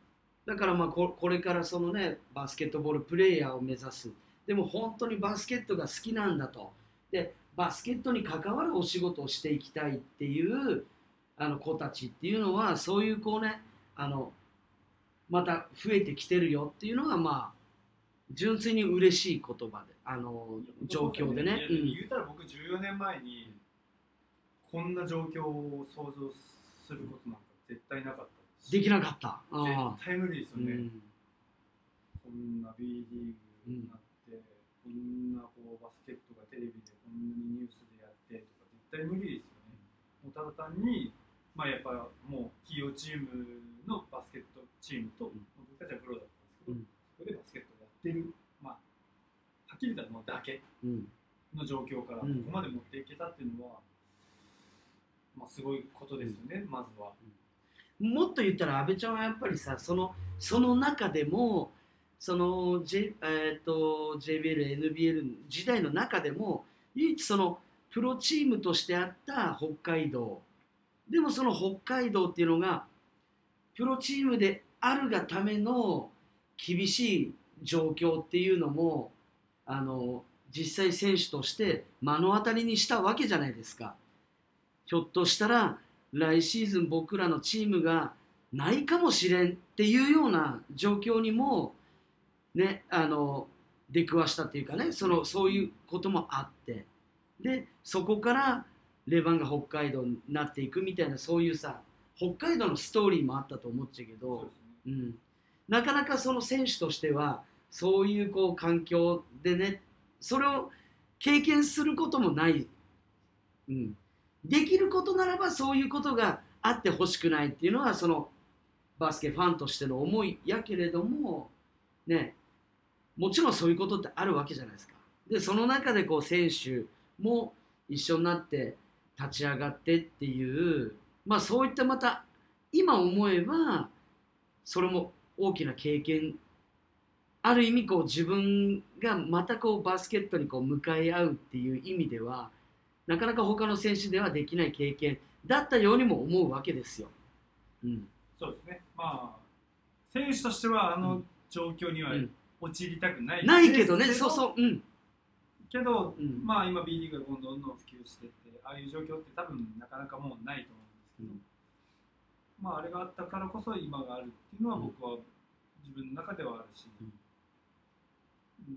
だからまあ こ, これからそのねバスケットボールプレーヤーを目指す、でも本当にバスケットが好きなんだと、でバスケットに関わるお仕事をしていきたいっていうあの子たちっていうのは、そういうこうねあのまた増えてきてるよっていうのがまあ純粋に嬉しい言葉であの状況でね。 言うたら僕じゅうよねんまえにこんな状況を想像することなんか絶対なかったし、 できなかった。 絶対無理ですよね、うん、こんな B リーグになって、うん、こんなこうバスケットがテレビでこんなにニュースでやってとか絶対無理ですよね。もうただ単にまあやっぱもう企業チームのバスケットチームと、うん、僕たちはプロだったんですけど、うん、そこでバスケットをやってる、まあはっきり言ったらもうだけの状況からここまで持っていけたっていうのは、まあすごいことですよね、まずは。 もっと言ったら阿部ちゃんはやっぱりさ、そのその中でもその、J えー、と ジェイビーエル、エヌビーエル 時代の中でも唯一そのプロチームとしてあった北海道でも、その北海道っていうのがプロチームであるがための厳しい状況っていうのもあの実際選手として目の当たりにしたわけじゃないですか。ひょっとしたら来シーズン僕らのチームがないかもしれんっていうような状況にもね、あの出くわしたっていうかね、そのそういうこともあって、でそこからレバンが北海道になっていくみたいな、そういうさ北海道のストーリーもあったと思っちゃうけど、う、ね、うん、なかなかその選手としてはそういうこう環境でね、それを経験することもない、うん、できることならばそういうことがあってほしくないっていうのがそのバスケファンとしての思いやけれどもね、もちろんそういうことってあるわけじゃないですか。でその中でこう選手も一緒になって立ち上がってっていう、まあそういったまた今思えばそれも大きな経験、ある意味こう自分がまたこうバスケットにこう向かい合うっていう意味ではなかなか他の選手ではできない経験だったようにも思うわけですよ。うん、 そうですね。まあ選手としてはあの状況には陥りたくない、 うん、ないけどね、そうそう、うん。 けど、うん、まあ今 B リーグがどんどんどん普及していって、ああいう状況って多分なかなかもうないと思うんですけど、うん、まああれがあったからこそ今があるっていうのは僕は自分の中ではあるし、うんうん、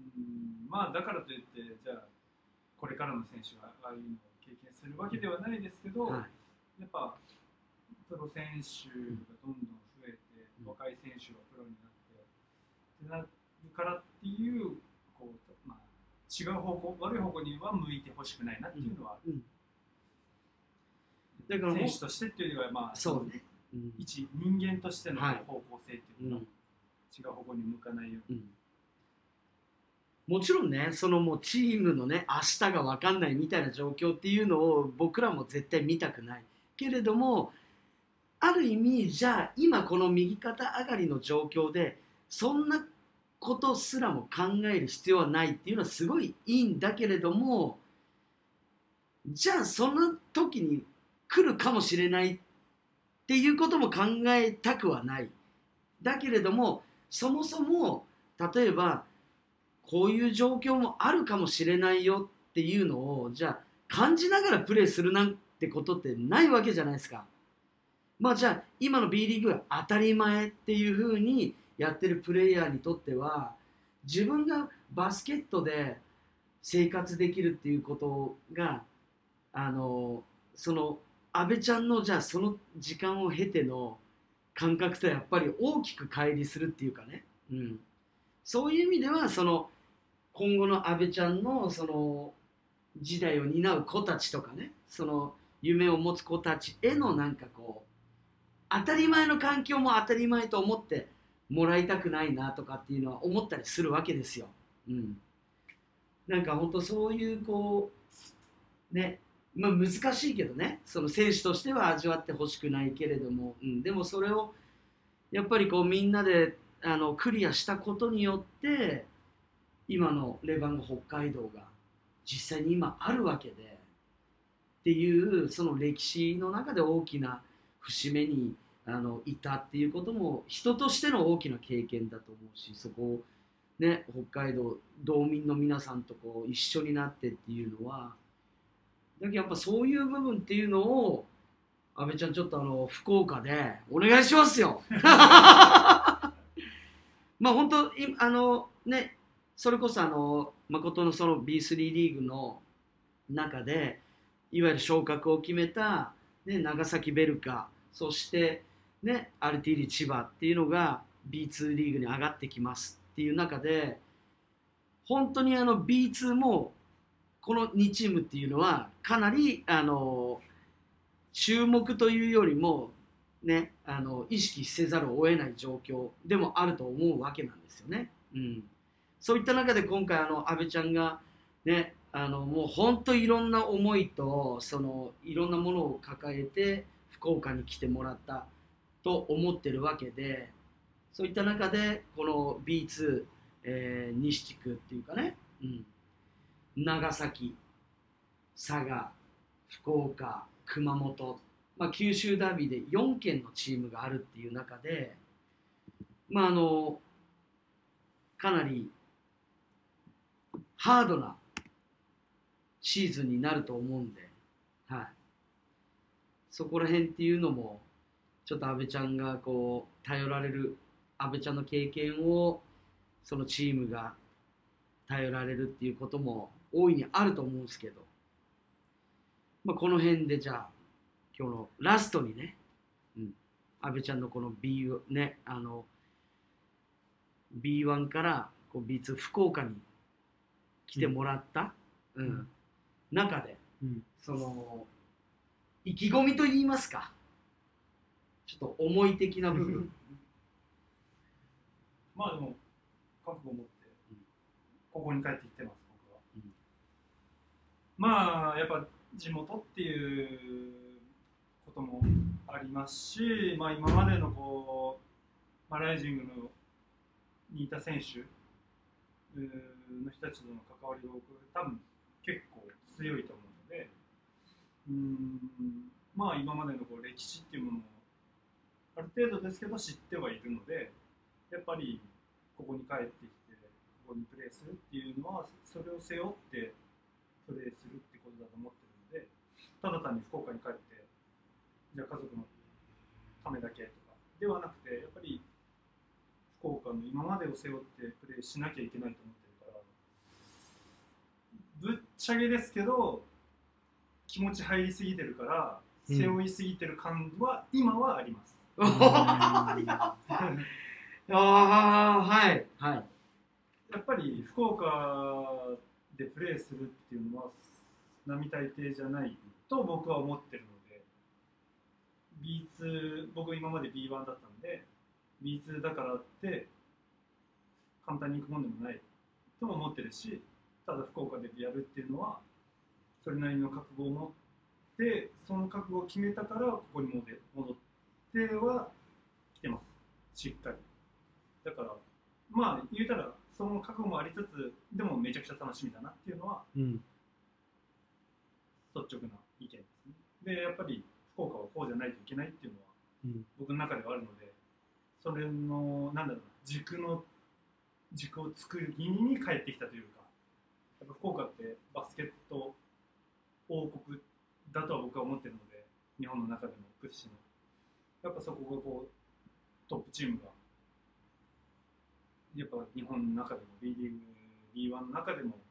まあだからといってじゃあこれからの選手がああいうのを経験するわけではないですけど、はい、やっぱプロ選手がどんどん増えて、うん、若い選手がプロになってってなるからっていうこう、まあ、違う方向、悪い方向には向いてほしくないなっていうのは、うんうん、だから選手としてっていうよりは、まあそうね、 うん、一人間としての方向性っていうのは、はい、違う方向に向かないように、 うん、もちろんね、そのもうチームのね明日が分かんないみたいな状況っていうのを僕らも絶対見たくないけれども、ある意味じゃあ今この右肩上がりの状況でそんなことすらも考える必要はないっていうのはすごいいいんだけれども、じゃあその時に来るかもしれないっていうことも考えたくはない。だけれどもそもそも例えばこういう状況もあるかもしれないよっていうのをじゃあ感じながらプレーするなんてことってないわけじゃないですか。まあじゃあ今の B リーグが当たり前っていうふうにやってるプレイヤーにとっては、自分がバスケットで生活できるっていうことがあのその阿部ちゃんのじゃあその時間を経ての感覚とやっぱり大きく乖離するっていうかね、うん、そういう意味ではその今後の阿部ちゃんのその時代を担う子たちとかね、その夢を持つ子たちへのなんかこう当たり前の環境も当たり前と思ってもらいたくないなとかっていうのは思ったりするわけですよ。うん、なんか本当そういうこうね、まあ難しいけどね、その選手としては味わってほしくないけれども、うん、でもそれをやっぱりこうみんなであのクリアしたことによって今のレバンガ北海道が実際に今あるわけでっていう、その歴史の中で大きな節目にあのいたっていうことも人としての大きな経験だと思うし、そこをね北海道道民の皆さんとこう一緒になってっていうのはだけどやっぱそういう部分っていうのを阿部ちゃんちょっとあの福岡でお願いしますよまあ本当あのねそれこそあの誠のその ビースリー リーグの中でいわゆる昇格を決めた、ね、長崎ベルカそしてねアルティーリ千葉っていうのが ビーツー リーグに上がってきますっていう中で本当にあの ビーツー もこのにチームっていうのはかなりあの注目というよりもねあの意識せざるを得ない状況でもあると思うわけなんですよね。うん、そういった中で今回あの阿部ちゃんがねあのもう本当いろんな思いとそのいろんなものを抱えて福岡に来てもらったと思ってるわけで、そういった中でこの ビーツー、えー、西地区っていうかね、うん、長崎、佐賀、福岡、熊本、まあ、九州ダービーでよんけんのチームがあるっていう中で、まあ、あのかなりハードなシーズンになると思うんで、はい、そこら辺っていうのもちょっと阿部ちゃんがこう頼られる阿部ちゃんの経験をそのチームが頼られるっていうことも大いにあると思うんですけど、まあ、この辺でじゃあ今日のラストにね、うん、阿部ちゃんのこの B ねあの ビーワン からこう ビーツー 福岡に来てもらった、うんうん、中で、うん、その意気込みといいますかちょっと思い的な部分まあでも覚悟を持ってここに帰ってきてます僕は、うん、まあやっぱ地元っていうこともありますし、まあ、今までのこう、まあ、ライジングのにいた選手の人たちとの関わりが多分結構強いと思うので、うーんまあ今までのこう歴史っていうものをある程度ですけど知ってはいるので、やっぱりここに帰ってきてここにプレーするっていうのはそれを背負ってプレーするってことだと思ってるので、ただ単に福岡に帰ってじゃあ家族のためだけとかではなくて、やっぱり福岡の今までを背負ってプレーしなきゃいけないと思ってるから、ぶっちゃけですけど気持ち入りすぎてるから背負いすぎてる感は今はあります。うん、 ああはいはい。 やっぱり福岡でプレーするっていうのは並大抵じゃないと僕は思ってるので、 ビーツー 僕今まで ビーワン だったんで ビーツー だからって簡単に行くもんでもないとも思ってるし、ただ福岡でやるっていうのはそれなりの覚悟を持って、その覚悟を決めたからここに戻っては来てます、しっかり。だからまあ言うたらその覚悟もありつつでもめちゃくちゃ楽しみだなっていうのは、うん、率直な意見ですね。でやっぱり福岡はこうじゃないといけないっていうのは、うん、僕の中ではあるので、それのなんだろうな軸の軸を作る気に帰ってきたというか、やっぱ福岡ってバスケット王国だとは僕は思ってるので、日本の中でも屈指のやっぱそこがこうトップチームがやっぱ日本の中でも B リーグ ビーワン の中でも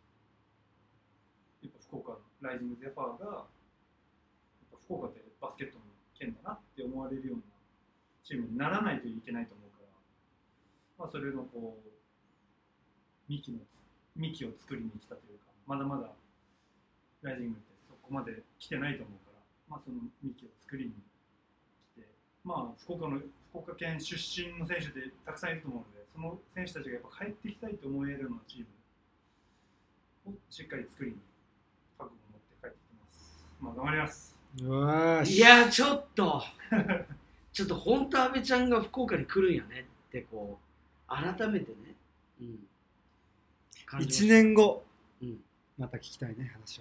やっぱ福岡のライジングゼファーがやっぱ福岡ってバスケットの県だなって思われるようなチームにならないといけないと思うから、まあ、それのこう幹の幹を作りに来たというか、まだまだライジングってそこまで来てないと思うから、まあ、その幹を作りに来て、まあ、福岡の福岡県出身の選手ってたくさんいると思うので、その選手たちがやっぱ帰ってきたいと思えるようなチームをしっかり作りに覚悟を持って帰ってきてます。まあ頑張ります。 うわいやちょっとちょっと本当阿部ちゃんが福岡に来るんやねってこう改めてね、うん、 いちねんご、うん、また聞きたいね話を。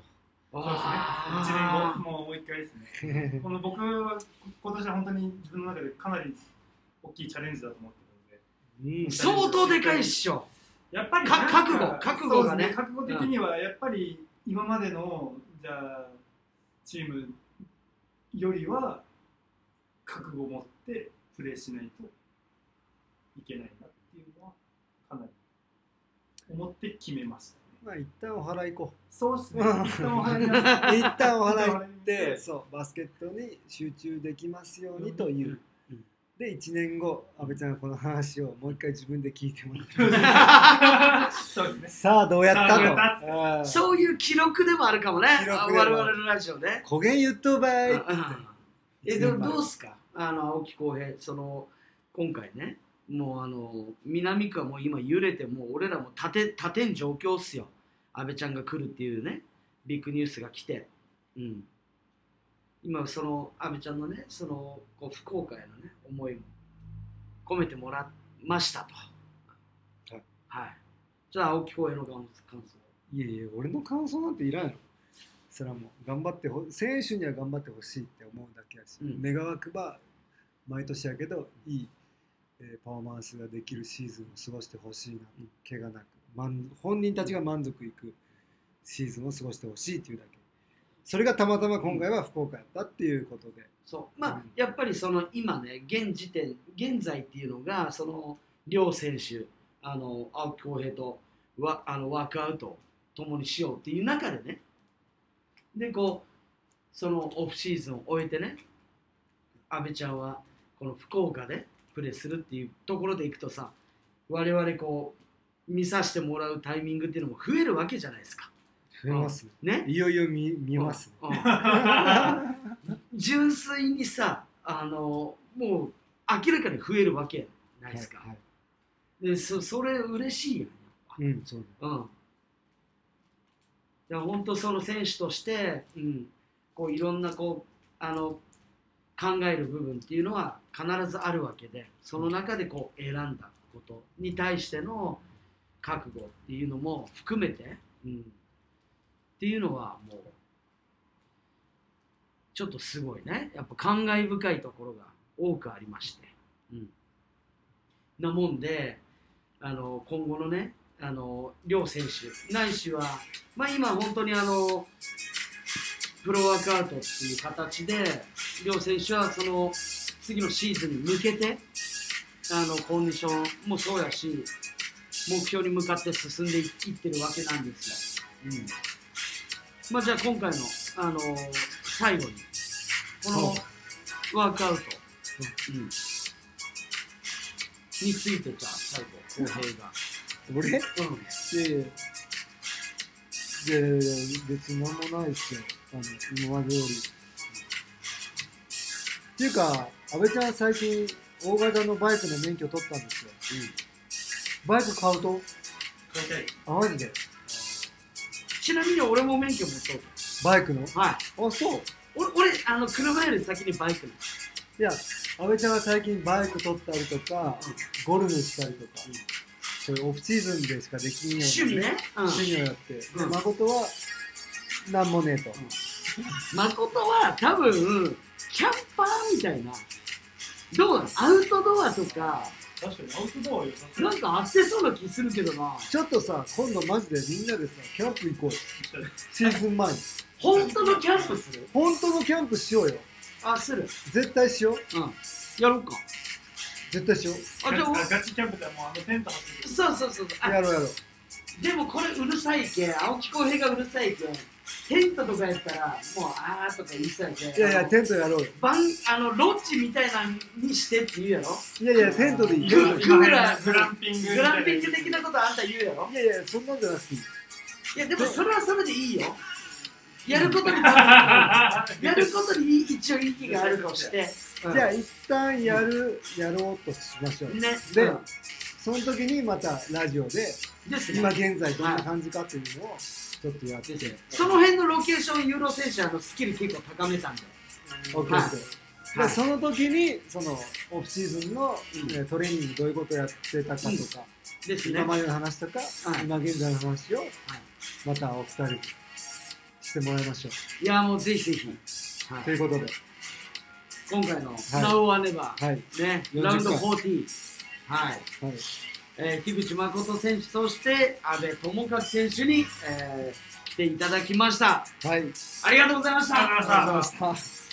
そうですね。いちねんごもうもう一回ですね。この僕は今年は本当に自分の中でかなり大きいチャレンジだと思ってるので、 うん、相当でかいっしょ。 やっぱりか覚悟覚悟がね、 ね、覚悟的にはやっぱり今までのじゃあチームよりは覚悟を持ってプレーしないといけないなっていうのはかなり思って決めましたね。 まあ一旦お祓い行こう。 そうですね。一旦お祓います。 一旦お祓い行ってそうバスケットに集中できますようにという。でいちねんご、阿部ちゃんがこの話をもう一回自分で聞いてもらってそうですね。さあどうやったとそういう記録でもあるかもね、我々のラジオで古言言っとばいえでもどうすか、あの青木浩平、その今回ね、もうあの南区はもう今揺れて、もう俺らも立て立てん状況っすよ。阿部ちゃんが来るっていうねビッグニュースが来て、うん、今その阿部ちゃんのねそのこう福岡へのね思いも込めてもらいましたと。はい、はい、じゃあ青木浩平の感想。 いやいや俺の感想なんていらんの。それはもう頑張ってほ選手には頑張ってほしいって思うだけやし、うん、願わくば毎年やけどいい、えー、パフォーマンスができるシーズンを過ごしてほしいな、うん、怪我なく本人たちが満足いくシーズンを過ごしてほしいというだけ。それがたまたま今回は福岡やったっていうことで、 そうまあ、うん、やっぱりその今ね現時点現在っていうのがその両選手あの青木浩平とわあのワークアウトを共にしようっていう中でね、でこうそのオフシーズンを終えてね阿部ちゃんはこの福岡でプレーするっていうところでいくとさ、我々こう見させてもらうタイミングっていうのも増えるわけじゃないですか。 増えますね。 いよいよ 見, 見ますね。 純粋にさ、あのもう明らかに増えるわけないですか。はいはい、で そ, それ嬉しいよね。うん、そうだ。 うん。いや本当その選手として、うん、こういろんなこうあの考える部分っていうのは必ずあるわけで、その中でこう選んだことに対しての覚悟っていうのも含めて、うん、っていうのはもうちょっとすごいね、やっぱ感慨深いところが多くありまして、うん、なもんであの今後のねあの両選手ないしは、まあ、今本当にあのプロワークアウトっていう形で両選手はその次のシーズンに向けてあのコンディションもそうやし目標に向かって進んでいってるわけなんですよ。うん、まあじゃあ今回の、あのー、最後にこのワークアウト、うん、についてじゃあ最後浩平が。 俺？うん。いやいやいやいや別に何もないですよ。あの今まで通り。っていうか阿部ちゃん最近大型のバイクの免許取ったんですよ。うん、バイク買うと？ 買いたい。 あ、マジで？ ちなみに俺も免許持っとる。 バイクの？ はい。 あ、そう。 俺、俺あの車より先にバイクの。 いや、阿部ちゃんは最近バイク取ったりとか、うん、ゴルフしたりとか、うん、そういうオフシーズンでしかできんような趣味ね、 うん、趣味をやって、うん、誠はなんもねえと。うん、 誠は多分キャンパーみたいな、どうなの？アウトドアとか。 確かにアウトドアよさそう。なんか合ってそうな気するけどな。 ちょっとさ、今度マジでみんなでさ、キャンプ行こうよ。シーズン前に。 本当のキャンプする？ 本当のキャンプしようよ。 あ、する。 絶対しよう。 うん。やろうか。 絶対しよう。 あ、じゃあガチキャンプでもうあのテント張ってる。 そうそうそう。 やろうやろう。 でもこれうるさいけん、青木浩平がうるさいけん、テントとかやったらもうあーとか言いさいけん。 いやいや、テントやろうよ。 バンあのロッジみたいなにしてって言うやろ。 いやいや、テントでいいよ。クーラー、 グランピング。 グランピング的なことあんた言うやろ。 いやいや、そんなんじゃなくていい。 いや、でもそれはそれでいいよ。やることにやることに一応意義があるとして、 うん、じゃあ一旦やる、うん、やろうとしましょう。 ね。 で、 うん、 その時にまたラジオで、 ですね、 今現在どんな感じかっていうのをちょっとやって、 ね、その辺のロケーションユーロ選手のスキル結構高めたんで。 オッケーオッケー。その時にそのオフシーズンの、うん、トレーニングどういうことやってたかとか、うんですね、今までの話とか、はい、今現在の話をまたお二人ししてもらいましょう。 いやもうぜひぜひ、 はい、ということで今回の「ナウはネバー」 はいね、ラウンドよんじゅう、はい、 はいえー、樋口誠選手、そして阿部智和選手に、えー、来ていただきました。 はい、 ありがとうございました。 ありがとうございました。